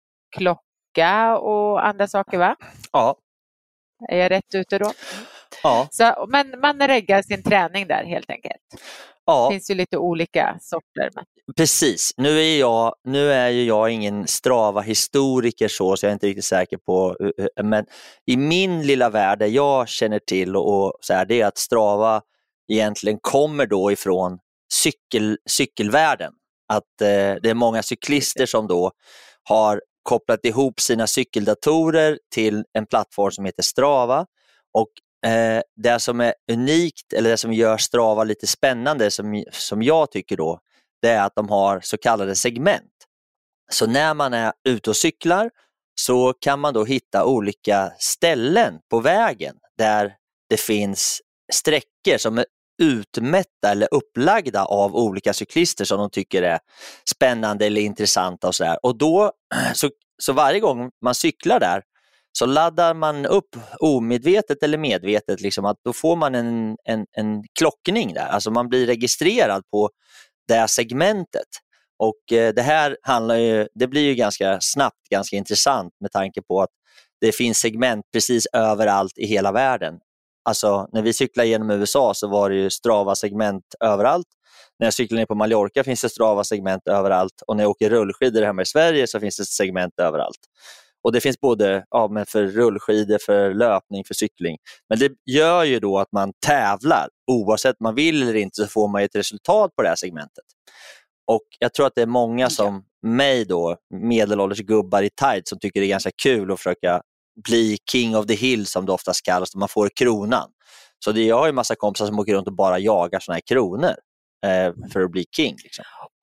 klocka och andra saker, va? Ja. Är jag rätt ute då? Ja. Så, men man reggar sin träning där helt enkelt. Ja. Det finns ju lite olika sorter. Precis. Nu är ju jag ingen Strava-historiker så jag är inte riktigt säker på. Men i min lilla värld där jag känner till och så här, det är att Strava egentligen kommer då ifrån cykelvärlden. Att det är många cyklister som då har kopplat ihop sina cykeldatorer till en plattform som heter Strava. Och det som är unikt eller det som gör Strava lite spännande som jag tycker då, det är att de har så kallade segment. Så när man är ute och cyklar så kan man då hitta olika ställen på vägen där det finns sträckor som är utmätta eller upplagda av olika cyklister som de tycker är spännande eller intressanta och sådär. Och då så varje gång man cyklar där så laddar man upp omedvetet eller medvetet liksom att då får man en klockning där. Alltså man blir registrerad på det segmentet. Och det här det blir ju ganska snabbt, ganska intressant med tanke på att det finns segment precis överallt i hela världen. Alltså när vi cyklar genom USA så var det ju Strava-segment överallt. När jag cyklar ner på Mallorca finns det Strava-segment överallt. Och när jag åker rullskidor hemma i Sverige så finns det segment överallt. Och det finns både men för rullskidor, för löpning, för cykling. Men det gör ju då att man tävlar. Oavsett man vill eller inte så får man ett resultat på det här segmentet. Och jag tror att det är många som mig då, medelålders gubbar i tight, som tycker det är ganska kul att försöka bli king of the hill som det oftast kallas. Man får kronan. Så jag har ju en massa kompisar som åker runt och bara jagar såna här kronor för att bli king. Liksom.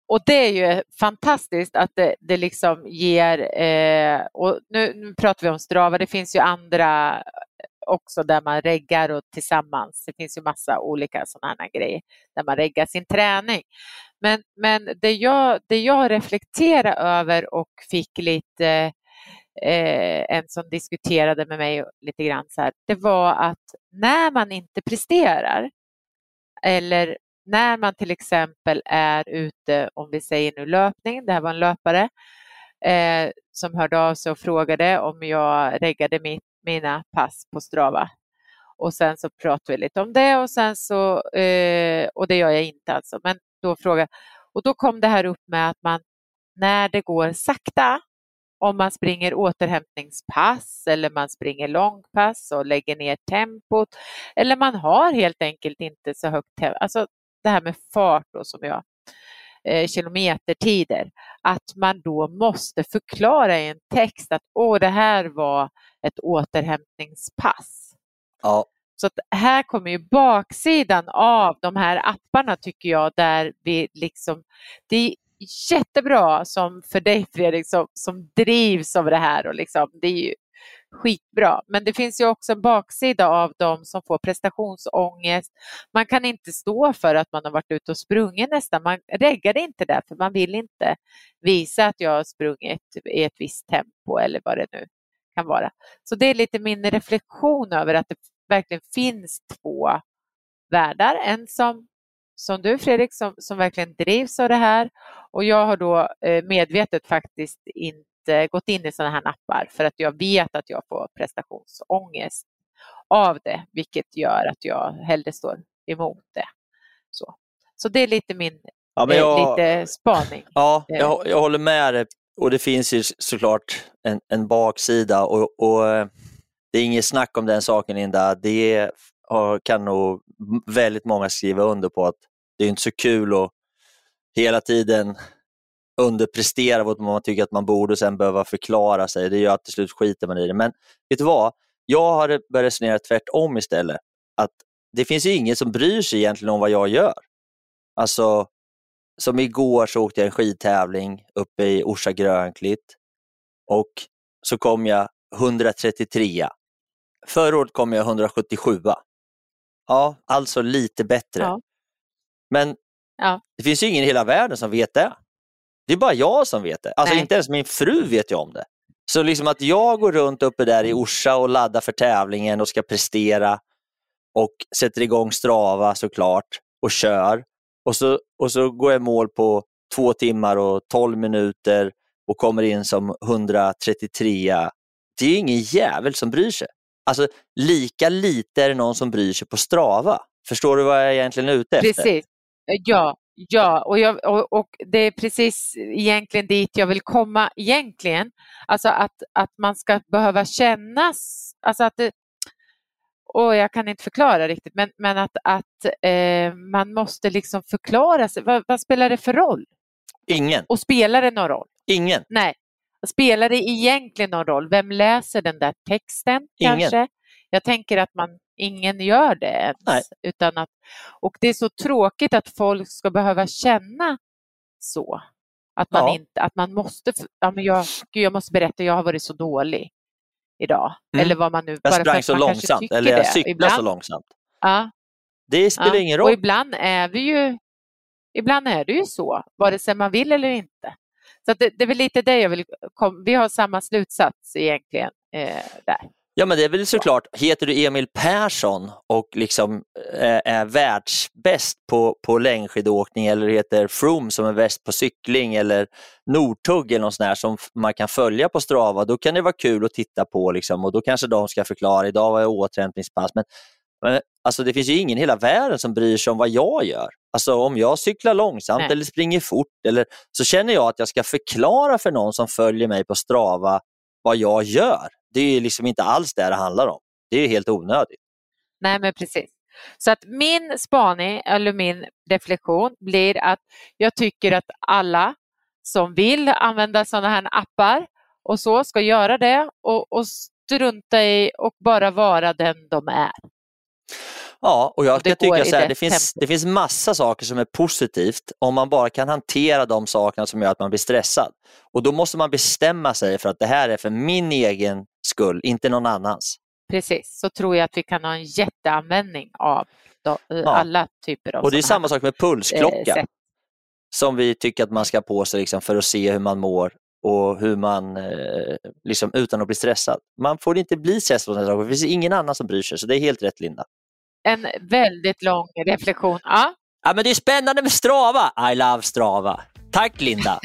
Och det är ju fantastiskt att det liksom ger, och nu pratar vi om Strava, det finns ju andra också där man reggar och tillsammans. Det finns ju massa olika sådana här grejer där man reggar sin träning. Men det jag reflekterar över och fick lite, en som diskuterade med mig lite grann så här, det var att när man inte presterar eller när man till exempel är ute, om vi säger nu löpning, det här var en löpare som hörde av sig och frågade om jag reggade mina pass på Strava. Och sen så pratade vi lite om det och sen så, och det gör jag inte alltså, men då frågade, och då kom det här upp med att man, när det går sakta, om man springer återhämtningspass eller man springer långpass och lägger ner tempot, eller man har helt enkelt inte så högt tempo, alltså det här med fart då som jag, kilometertider, att man då måste förklara i en text att det här var ett återhämtningspass. Ja. Så att här kommer ju baksidan av de här apparna tycker jag, där vi liksom, det är jättebra som för dig Fredrik som drivs av det här och liksom, det är ju skitbra. Men det finns ju också en baksida av dem som får prestationsångest. Man kan inte stå för att man har varit ute och sprungit nästan. Man reggar det inte där för man vill inte visa att jag har sprungit i ett visst tempo eller vad det nu kan vara. Så det är lite min reflektion över att det verkligen finns två världar. En som du Fredrik som verkligen drivs av det här, och jag har då medvetet faktiskt inte gått in i sådana här appar för att jag vet att jag får prestationsångest av det, vilket gör att jag hellre står emot det. Så det är lite min lite spaning. Ja, jag håller med dig, och det finns ju såklart en baksida och det är inget snack om den saken, Linda. Det kan nog väldigt många skriva under på, att det är inte så kul att hela tiden underprestera vad man tycker att man borde och sen behöva förklara sig. Det gör att till slut skiter man i det. Men vet du vad? Jag har börjat resonera tvärtom istället. Att det finns ju ingen som bryr sig egentligen om vad jag gör. Alltså, som igår så åkte jag en skidtävling uppe i Orsa Grönklitt och så kom jag 133. Förra året kom jag 177. Ja, alltså lite bättre. Ja. Men det finns ju ingen i hela världen som vet det. Det är bara jag som vet det. Alltså inte ens min fru vet ju om det. Så liksom att jag går runt uppe där i Orsa och laddar för tävlingen och ska prestera och sätter igång Strava såklart och kör. Och så går jag mål på 2 timmar och 12 minuter och kommer in som 133. Det är ju ingen jävel som bryr sig. Alltså lika lite är det någon som bryr sig på Strava. Förstår du vad jag egentligen är ute efter? Precis. Ja, och det är precis egentligen dit jag vill komma egentligen. Alltså att man ska behöva kännas, alltså att det, jag kan inte förklara riktigt, men att man måste liksom förklara sig. Vad spelar det för roll? Ingen. Och spelar det någon roll? Ingen. Nej. Spelar det egentligen någon roll? Vem läser den där texten? Ingen. Kanske? Jag tänker att ingen gör det ens. Nej. Och det är så tråkigt att folk ska behöva känna så. Att man inte, att man måste, jag måste berätta, jag har varit så dålig idag. Eller vad man nu, jag sprang så långsamt, eller jag cyklade så långsamt. Ja. Det spelar ingen roll. Och ibland är det ju så, vare sig man vill eller inte. Så att det är väl lite det jag vill vi har samma slutsats egentligen där. Ja, men det är väl såklart, heter du Emil Persson och liksom är världsbäst på längdskidåkning, eller heter Froome som är bäst på cykling, eller Northug eller något sånt där som man kan följa på Strava, då kan det vara kul att titta på liksom, och då kanske de ska förklara, idag var jag återhämtningspass, men alltså det finns ju ingen i hela världen som bryr sig om vad jag gör. Alltså om jag cyklar långsamt eller springer fort, eller så känner jag att jag ska förklara för någon som följer mig på Strava vad jag gör. Det är liksom inte alls det handlar om. Det är helt onödigt. Nej, men precis. Så att min spaning eller min reflektion blir att jag tycker att alla som vill använda sådana här appar och så ska göra det och strunta i och bara vara den de är. Ja, och jag tycker så här, det finns massa saker som är positivt om man bara kan hantera de sakerna som gör att man blir stressad. Och då måste man bestämma sig för att det här är för min egen skull, inte någon annans. Precis, så tror jag att vi kan ha en jätteanvändning av alla typer av. Och det är samma sak med pulsklocka som vi tycker att man ska på sig liksom, för att se hur man mår och hur man liksom, utan att bli stressad. Man får inte bli stressad av saker. Det finns ingen annan som bryr sig, så det är helt rätt, Linda. En väldigt lång reflektion. Ja, men det är spännande med Strava. I love Strava. Tack, Linda.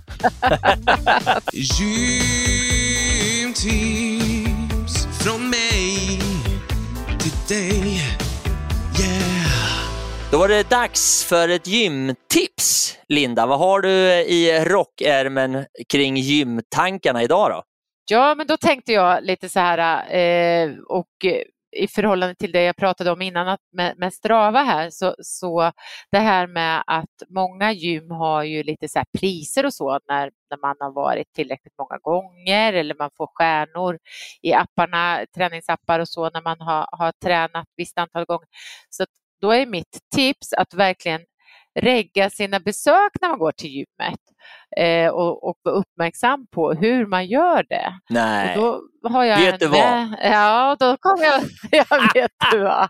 Gymtips från mig till dig. Yeah. Då var det dags för ett gymtips. Linda, vad har du i rockärmen kring gymtankarna idag då? Ja, men då tänkte jag lite så här och i förhållande till det jag pratade om innan att med Strava här så det här med att många gym har ju lite så här priser och så när man har varit tillräckligt många gånger eller man får stjärnor i apparna, träningsappar och så när man har tränat visst antal gånger. Så då är mitt tips att verkligen regga sina besök när man går till gymmet och vara uppmärksam på hur man gör det. Nej, och då har jag vet du vad? Ja, då kommer jag vet du vad.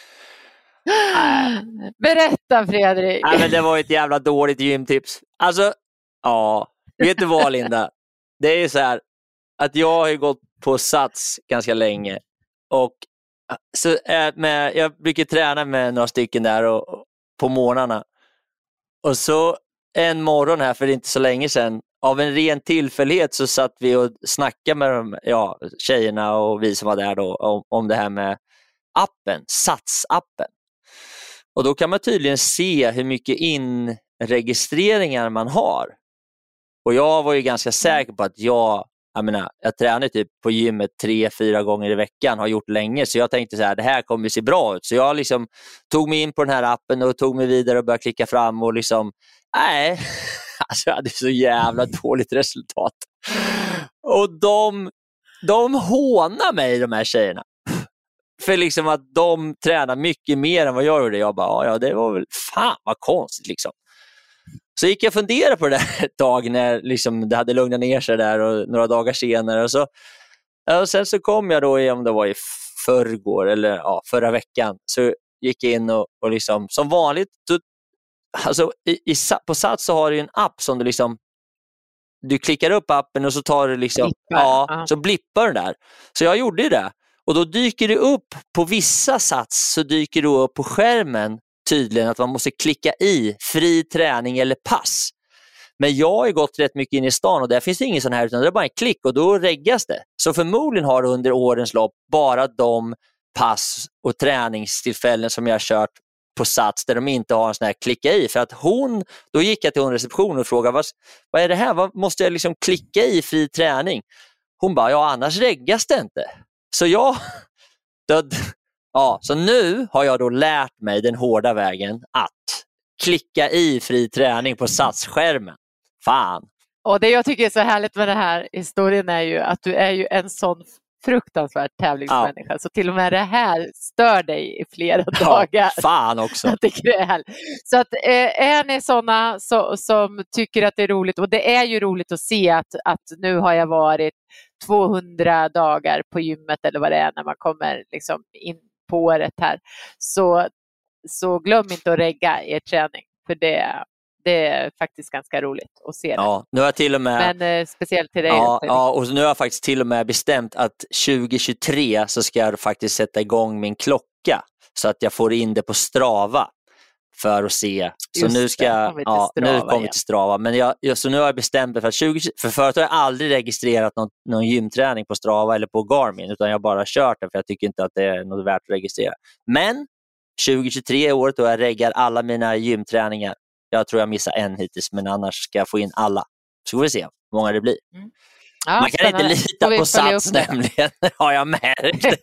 Berätta, Fredrik. Nej, men det var ett jävla dåligt gymtips. Alltså, ja, vet du vad, Linda? Det är så här att jag har ju gått på Sats ganska länge och så jag brukar träna med några stycken där och på morgnarna. Och så en morgon här för inte så länge sedan, av en ren tillfällighet så satt vi och snackade med tjejerna och vi som var där då om det här med appen, Sats-appen. Och då kan man tydligen se hur mycket inregistreringar man har. Och jag var ju ganska säker på att jag tränar typ på gymmet 3-4 gånger i veckan, har gjort länge, så jag tänkte så här, det här kommer se bra ut. Så jag liksom tog mig in på den här appen och tog mig vidare och började klicka fram och liksom, alltså jag hade så jävla dåligt resultat. Och de hånar mig, de här tjejerna. För liksom att de tränar mycket mer än vad jag gjorde. Jag bara, ja det var väl fan vad konstigt liksom. Så gick jag och funderade på det där ett tag när liksom det hade lugnat ner sig där och några dagar senare. Och sen så kom jag då, om det var i förrgår eller förra veckan, så gick jag in och liksom, som vanligt, alltså på Sats så har du en app som du liksom, du klickar upp appen och så tar du liksom, så blippar du där. Så jag gjorde ju det. Och då dyker det upp på vissa Sats, så dyker det upp på skärmen tydligen att man måste klicka i fri träning eller pass. Men jag har ju gått rätt mycket in i stan och där finns det ingen sån här, utan det är bara en klick och då reggas det. Så förmodligen har du under årens lopp bara de pass och träningstillfällen som jag har kört på Sats där de inte har en sån här klicka i. För att då gick jag till receptionen och frågade, vad är det här? Vad måste jag liksom klicka i fri träning? Hon bara, ja annars reggas det inte. Så så nu har jag då lärt mig den hårda vägen att klicka i fri träning på Sats-skärmen. Fan. Och det jag tycker är så härligt med den här historien är ju att du är ju en sån fruktansvärt tävlingsmänniska. Så till och med det här stör dig i flera dagar. Fan också. Så att är ni sådana som tycker att det är roligt, och det är ju roligt att se att nu har jag varit 200 dagar på gymmet eller vad det är när man kommer liksom in på året här, så glöm inte att regga er träning, för det är faktiskt ganska roligt att se det. Ja, nu har jag till och med, men speciellt till dig. Och nu har jag faktiskt till och med bestämt att 2023 så ska jag faktiskt sätta igång min klocka så att jag får in det på Strava för att se. Så just nu ska nu kommer vi till Strava. Men så nu har jag bestämt mig för förut har jag aldrig registrerat någon gymträning på Strava eller på Garmin, utan jag bara har kört den för jag tycker inte att det är något värt att registrera. Men 2023 är året då jag reggar alla mina gymträningar. Jag tror jag missar en hittills, men annars ska jag få in alla. Så får vi se hur många det blir. Ja, man kan inte lita på Sats nämligen, har jag märkt.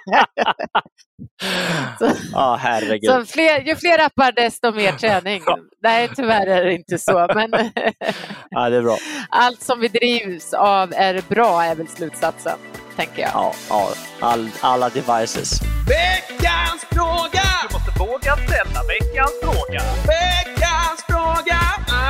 Herregud. Så ju fler appar desto mer träning. Nej, tyvärr är det inte så. Men ja, det är bra. Allt som vi drivs av är bra är väl slutsatsen, tänker jag. Ja, alla devices. Veckans fråga! vågar ställa veckans fråga. Veckans fråga,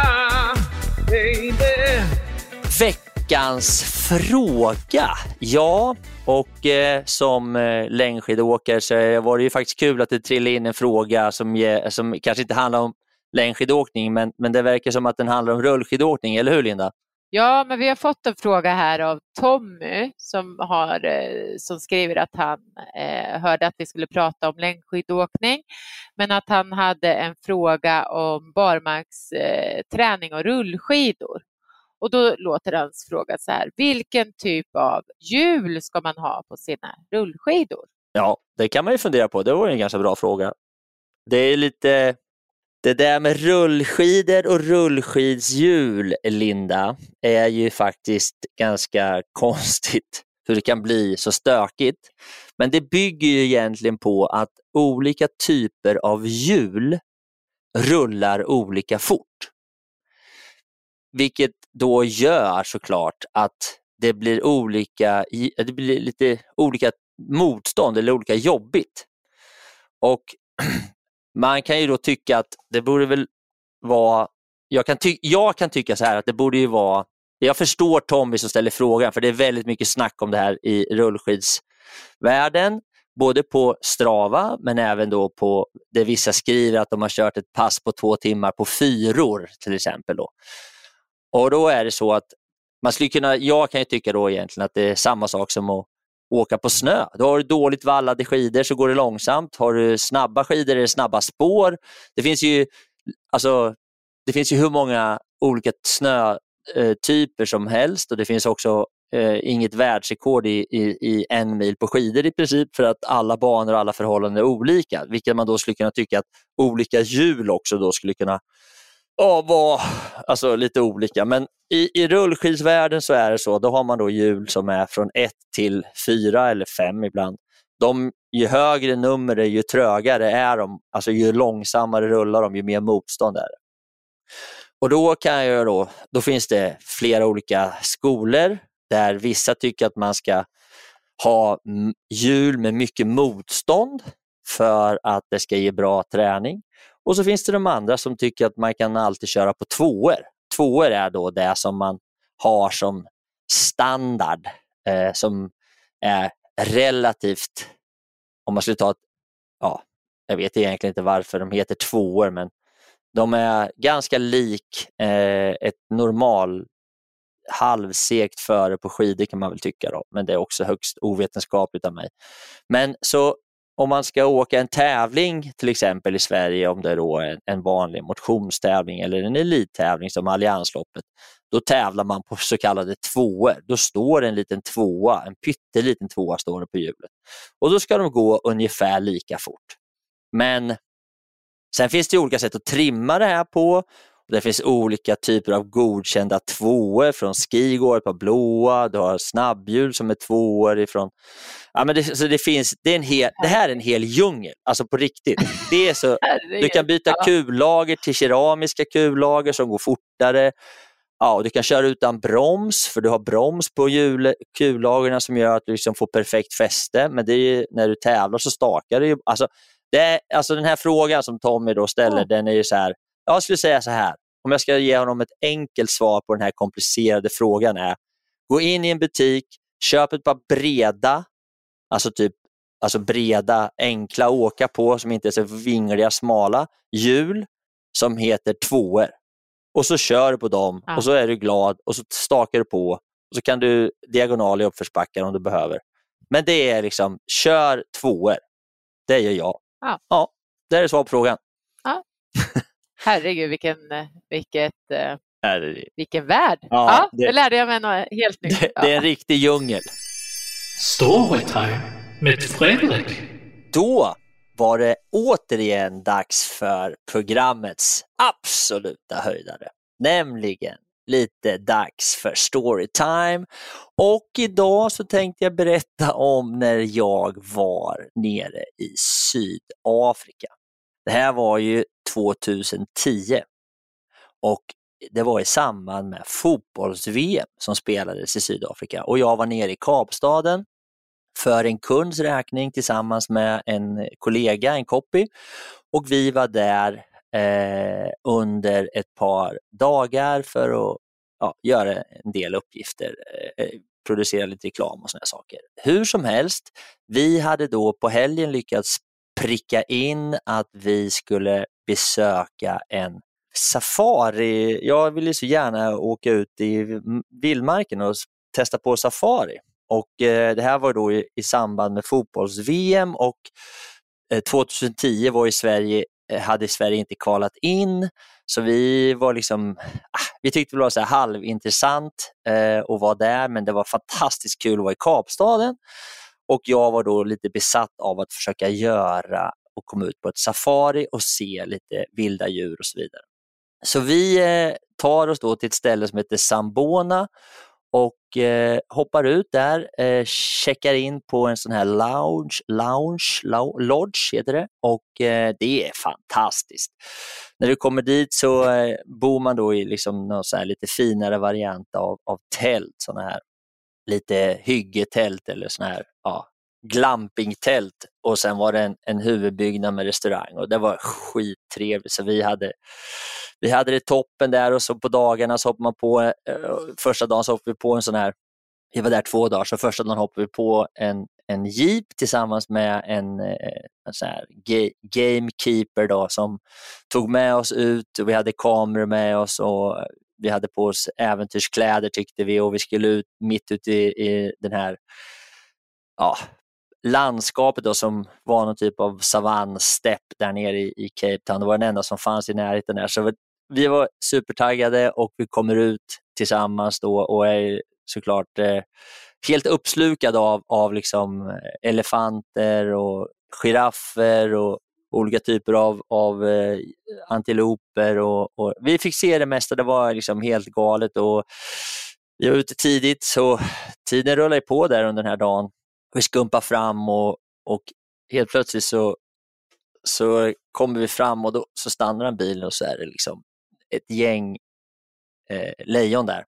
baby. Veckans fråga, ja, och som längdskidåkare så var det ju faktiskt kul att det trillade in en fråga som kanske inte handlar om längdskidåkning, men det verkar som att den handlar om rullskidåkning, eller hur Linda? Ja, men vi har fått en fråga här av Tommy som skriver att han hörde att vi skulle prata om längdskidåkning, men att han hade en fråga om barmarksträning och rullskidor. Och då låter hans fråga så här: vilken typ av hjul ska man ha på sina rullskidor? Ja, det kan man ju fundera på. Det var en ganska bra fråga. Det är lite... Det där med rullskidor och rullskidshjul, Linda, är ju faktiskt ganska konstigt hur det kan bli så stökigt. Men det bygger ju egentligen på att olika typer av hjul rullar olika fort. Vilket då gör såklart att det blir lite olika motstånd eller olika jobbigt. Och man kan ju då tycka att det borde väl vara... Jag kan tycka så här att det borde ju vara... Jag förstår Tommy som ställer frågan, för det är väldigt mycket snack om det här i rullskidsvärlden. Både på Strava, men även då på det vissa skriver att de har kört ett pass på 2 timmar på 4 till exempel då. Och då är det så att jag kan ju tycka då egentligen att det är samma sak som att åka på snö. Då har du dåligt vallade skidor så går det långsamt. Har du snabba skidor är det snabba spår. Det finns ju hur många olika snötyper som helst, och det finns också inget världsrekord i 1 mil på skidor i princip, för att alla banor och alla förhållanden är olika. Vilket man då skulle kunna tycka att olika hjul också då skulle kunna vara lite olika. Men i rullskidsvärlden så är det så, då har man då hjul som är från 1 till 4 eller 5 ibland. Ju högre nummer är, ju trögare är de, alltså ju långsammare rullar de, ju mer motstånd är det. Och då finns det flera olika skolor där vissa tycker att man ska ha hjul med mycket motstånd för att det ska ge bra träning. Och så finns det de andra som tycker att man kan alltid köra på 2. 2 är då det som man har som standard, som är relativt, om man skulle ta jag vet egentligen inte varför de heter 2, men de är ganska lik ett normal halvsegt före på skidor kan man väl tycka då, men det är också högst ovetenskapligt av mig. Men så om man ska åka en tävling till exempel i Sverige, om det är då en vanlig motionstävling eller en elittävling som Alliansloppet, då tävlar man på så kallade 2. Då står en liten 2, en pytteliten 2 står det på hjulet. Och då ska de gå ungefär lika fort. Men sen finns det olika sätt att trimma det här på. Det finns olika typer av godkända 2 från Skigård på blåa. Du har snabbhjul som är 2 ifrån... Ja, men det här är en hel djungel, alltså på riktigt. Det är så, du kan byta kullager till keramiska kullager som går fortare. Ja, du kan köra utan broms, för du har broms på kullagerna som gör att du liksom får perfekt fäste. Men det är när du tävlar så stakar det ju. Alltså den här frågan som Tommy då ställer, den är ju så här. Jag skulle säga så här, om jag ska ge honom ett enkelt svar på den här komplicerade frågan är: gå in i en butik, köp ett par breda, breda, enkla att åka på, som inte är så vingliga, smala hjul som heter 2. Och så kör du på dem och så är du glad och så stakar du på och så kan du diagonal i uppförsbackar om du behöver. Men det är liksom, kör 2. Det gör jag. Ja, det är svar på frågan. Ja. Herregud, vilken värld. Det lärde jag mig något helt nytt. Det är en riktig djungel. Storytime med Fredrik. Då var det återigen dags för programmets absoluta höjdare. Nämligen lite dags för Storytime. Och idag så tänkte jag berätta om när jag var nere i Sydafrika. Det här var ju 2010 och det var i samband med fotbolls-VM som spelades i Sydafrika. Och jag var nere i Kapstaden för en kunds räkning tillsammans med en kollega, en copy. Och vi var där under ett par dagar för att göra en del uppgifter, producera lite reklam och såna saker. Hur som helst, vi hade då på helgen lyckats pricka in att vi skulle besöka en safari. Jag ville så gärna åka ut i vildmarken och testa på safari. Och det här var då i samband med fotbolls-VM, och 2010 hade Sverige inte kvalat in, så vi var liksom, vi tyckte det var så här halvintressant att vara där, men det var fantastiskt kul att vara i Kapstaden, och jag var då lite besatt av att försöka göra och komma ut på ett safari och se lite vilda djur och så vidare. Så vi tar oss då till ett ställe som heter Sambona och hoppar ut där, checkar in på en sån här lodge heter det, och det är fantastiskt. När vi kommer dit så bor man då i liksom någon så här lite finare variant av tält, såna här lite hyggetält eller såna här glampingtält, och sen var det en huvudbyggnad med restaurang, och det var skittrevligt. Så vi hade det toppen där, och så på dagarna så hoppade man på, första dagen så hoppade vi på en sån här, vi var där 2 dagar, så första dagen hoppade vi på en jeep tillsammans med en sån här gamekeeper då, som tog med oss ut, och vi hade kameror med oss och vi hade på oss äventyrskläder tyckte vi, och vi skulle ut mitt ute i den här landskapet då, som var någon typ av savannstepp där nere i Cape Town. Det var den enda som fanns i närheten där, så vi var supertaggade, och vi kommer ut tillsammans då och är såklart helt uppslukad av liksom elefanter och giraffer och olika typer av antiloper, och vi fick se det mesta. Det var liksom helt galet, och vi var ute tidigt, så tiden rullade på där under den här dagen. Vi skumpar fram och helt plötsligt så kommer vi fram, och då så stannar en bil, och så är det liksom ett gäng lejon där.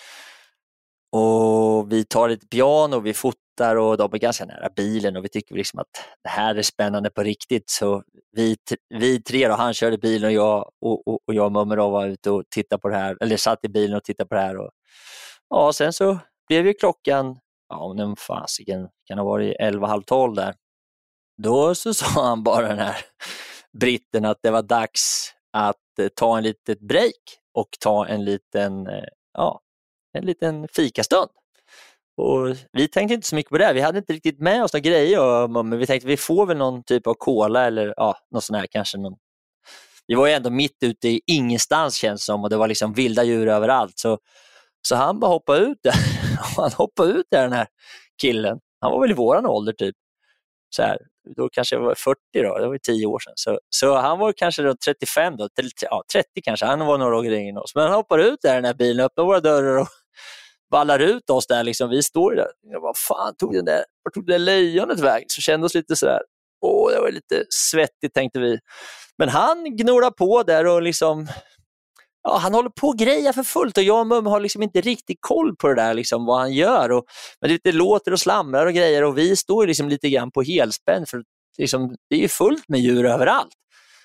Och vi tar lite piano och vi fotar, och de är ganska nära bilen, och vi tycker liksom att det här är spännande på riktigt. Så vi tre då, han körde bilen och jag och Mummer var ute och tittade på det här, eller satt i bilen och tittade på det här. Och sen så blev ju klockan, den fasiken kan ha varit 11:30 där. Då så sa han bara, den här britten, att det var dags att ta en litet break och ta en liten fikastund. Och vi tänkte inte så mycket på det. Vi hade inte riktigt med oss några grejer, men vi tänkte vi får väl någon typ av cola eller något sån här kanske. Vi var ju ändå mitt ute i ingenstans känns som, och det var liksom vilda djur överallt. Så han bara hoppade ut där. Han hoppade ut där, den här killen. Han var väl i våran ålder typ. Så här, då kanske jag var 40 då, det var ju 10 år sedan. Så han var kanske då 35 då, 30 kanske. Han var några år yngre än oss. Men han hoppar ut där i den här bilen, öppnar våra dörrar och ballar ut oss där liksom. Vi står där. Vad fan tog det lejonet väg? Så kände oss lite så här. Det var lite svettigt tänkte vi. Men han gnorar på där och liksom han håller på och grejer för fullt, och jag och Mum har liksom inte riktigt koll på det där liksom, vad han gör, men det låter och slamrar och grejer, och vi står liksom lite grann på helspänn, för liksom, det är ju fullt med djur överallt.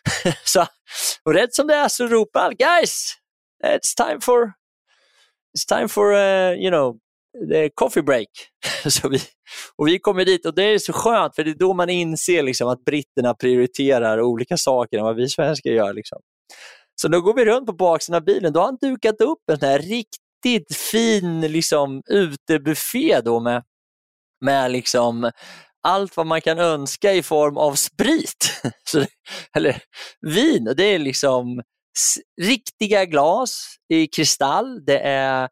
Och rätt som det är så ropar han, guys, it's time for the coffee break. Så vi kommer dit, och det är så skönt, för det är då man inser liksom att britterna prioriterar olika saker än vad vi svenskar gör liksom. Så då går vi runt på baksidan av bilen. Då har han dukat upp en sån här riktigt fin liksom utebuffé då med liksom allt vad man kan önska i form av sprit. Eller vin. Och det är liksom riktiga glas i kristall. Det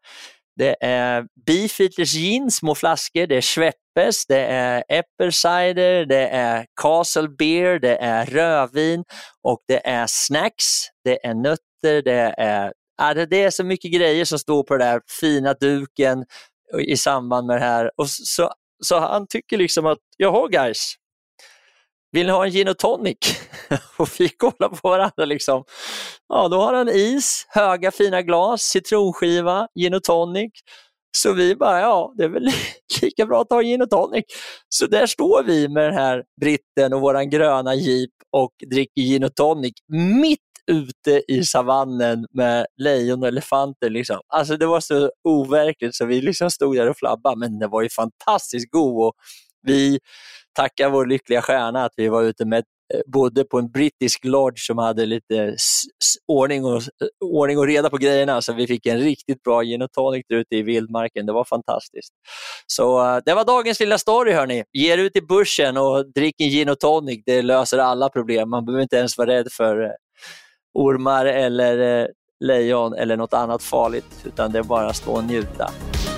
är Beefeaters gin, små flaskor. Det är Schweppes, det är Apple cider, det är Castle beer, det är rödvin, och det är snacks, det är nötter, det är så mycket grejer som står på den där fina duken i samband med det här. Och så han tycker liksom att, jaha guys, vill ni ha en gin och tonic? Och vi kollar på varandra liksom. Ja, då har han is, höga fina glas, citronskiva, gin och tonic. Så vi bara, det är väl lika bra att ta en gin och tonic. Så där står vi med den här britten och våran gröna jeep och dricker gin och tonic mitt ute i savannen med lejon och elefanter. Liksom. Alltså det var så overkligt så vi liksom stod där och flabbade, men det var ju fantastiskt god och vi tackar vår lyckliga stjärna att vi var ute med bodde på en brittisk lodge som hade lite ordning och reda på grejerna, så vi fick en riktigt bra gin och tonic ute i vildmarken. Det var fantastiskt. Så det var dagens lilla story, hörni. Ge er ut i bushen och drick en gin och tonic. Det löser alla problem. Man behöver inte ens vara rädd för ormar eller lejon eller något annat farligt, utan det är bara att stå och njuta.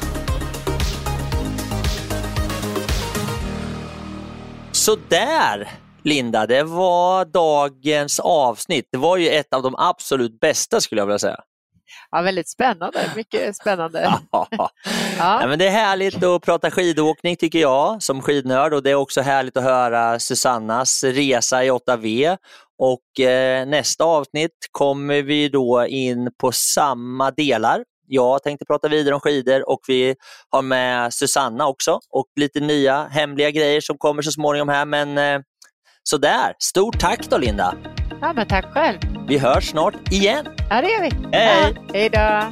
Så där, Linda, det var dagens avsnitt. Det var ju ett av de absolut bästa, skulle jag vilja säga. Ja, väldigt spännande. Mycket spännande. Ja, men det är härligt att prata skidåkning tycker jag som skidnörd, och det är också härligt att höra Susannas resa i 8V. Och nästa avsnitt kommer vi då in på samma delar. Jag tänkte prata vidare om skidor och vi har med Susanna också och lite nya hemliga grejer som kommer så småningom här. Men sådär, stort tack då, Linda. Ja, men tack själv. Vi hörs snart igen. Ja, det gör vi. Hej! Ja, hej då!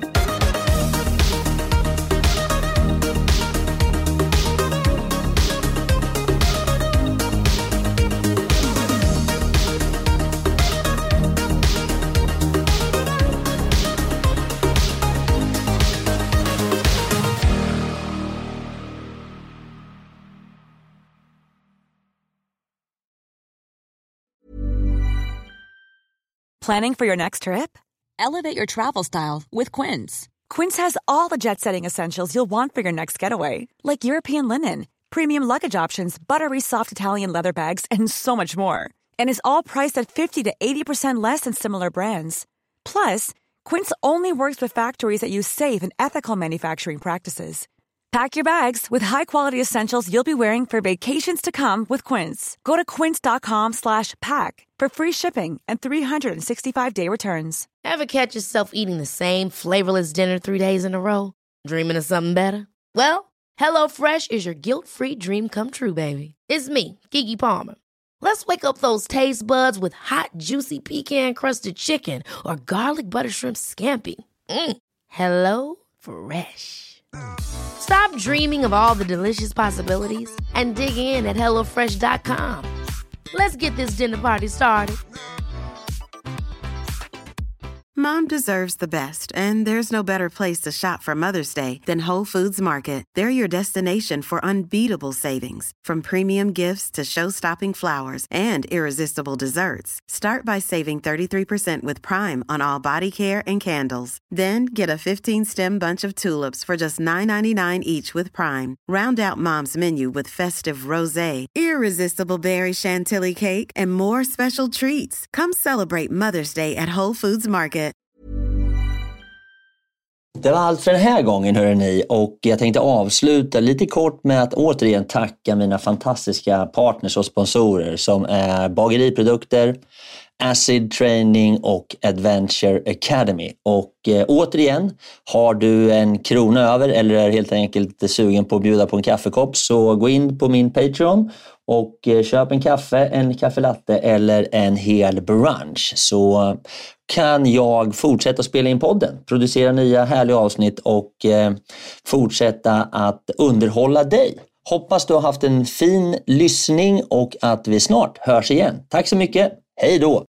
Planning for your next trip? Elevate your travel style with Quince. Quince has all the jet-setting essentials you'll want for your next getaway, like European linen, premium luggage options, buttery soft Italian leather bags, and so much more. And is all priced at 50 to 80% less than similar brands. Plus, Quince only works with factories that use safe and ethical manufacturing practices. Pack your bags with high-quality essentials you'll be wearing for vacations to come with Quince. Go to quince.com/pack for free shipping and 365-day returns. Ever catch yourself eating the same flavorless dinner 3 days in a row? Dreaming of something better? Well, HelloFresh is your guilt-free dream come true, baby. It's me, Keke Palmer. Let's wake up those taste buds with hot, juicy pecan-crusted chicken or garlic butter shrimp scampi. Hello Fresh. Stop dreaming of all the delicious possibilities and dig in at HelloFresh.com. Let's get this dinner party started. Mom deserves the best, and there's no better place to shop for Mother's Day than Whole Foods Market. They're your destination for unbeatable savings, from premium gifts to show-stopping flowers and irresistible desserts. Start by saving 33% with Prime on all body care and candles. Then get a 15-stem bunch of tulips for just $9.99 each with Prime. Round out Mom's menu with festive rosé, irresistible berry chantilly cake, and more special treats. Come celebrate Mother's Day at Whole Foods Market. Det var allt för den här gången, hörrni, och jag tänkte avsluta lite kort med att återigen tacka mina fantastiska partners och sponsorer som är Bageriprodukter, Acid Training och Adventure Academy. Och återigen, har du en krona över eller är helt enkelt sugen på att bjuda på en kaffekopp, så gå in på min Patreon och köp en kaffe, en kaffelatte eller en hel brunch, så kan jag fortsätta spela in podden, producera nya härliga avsnitt och fortsätta att underhålla dig. Hoppas du har haft en fin lyssning och att vi snart hörs igen. Tack så mycket, hej då!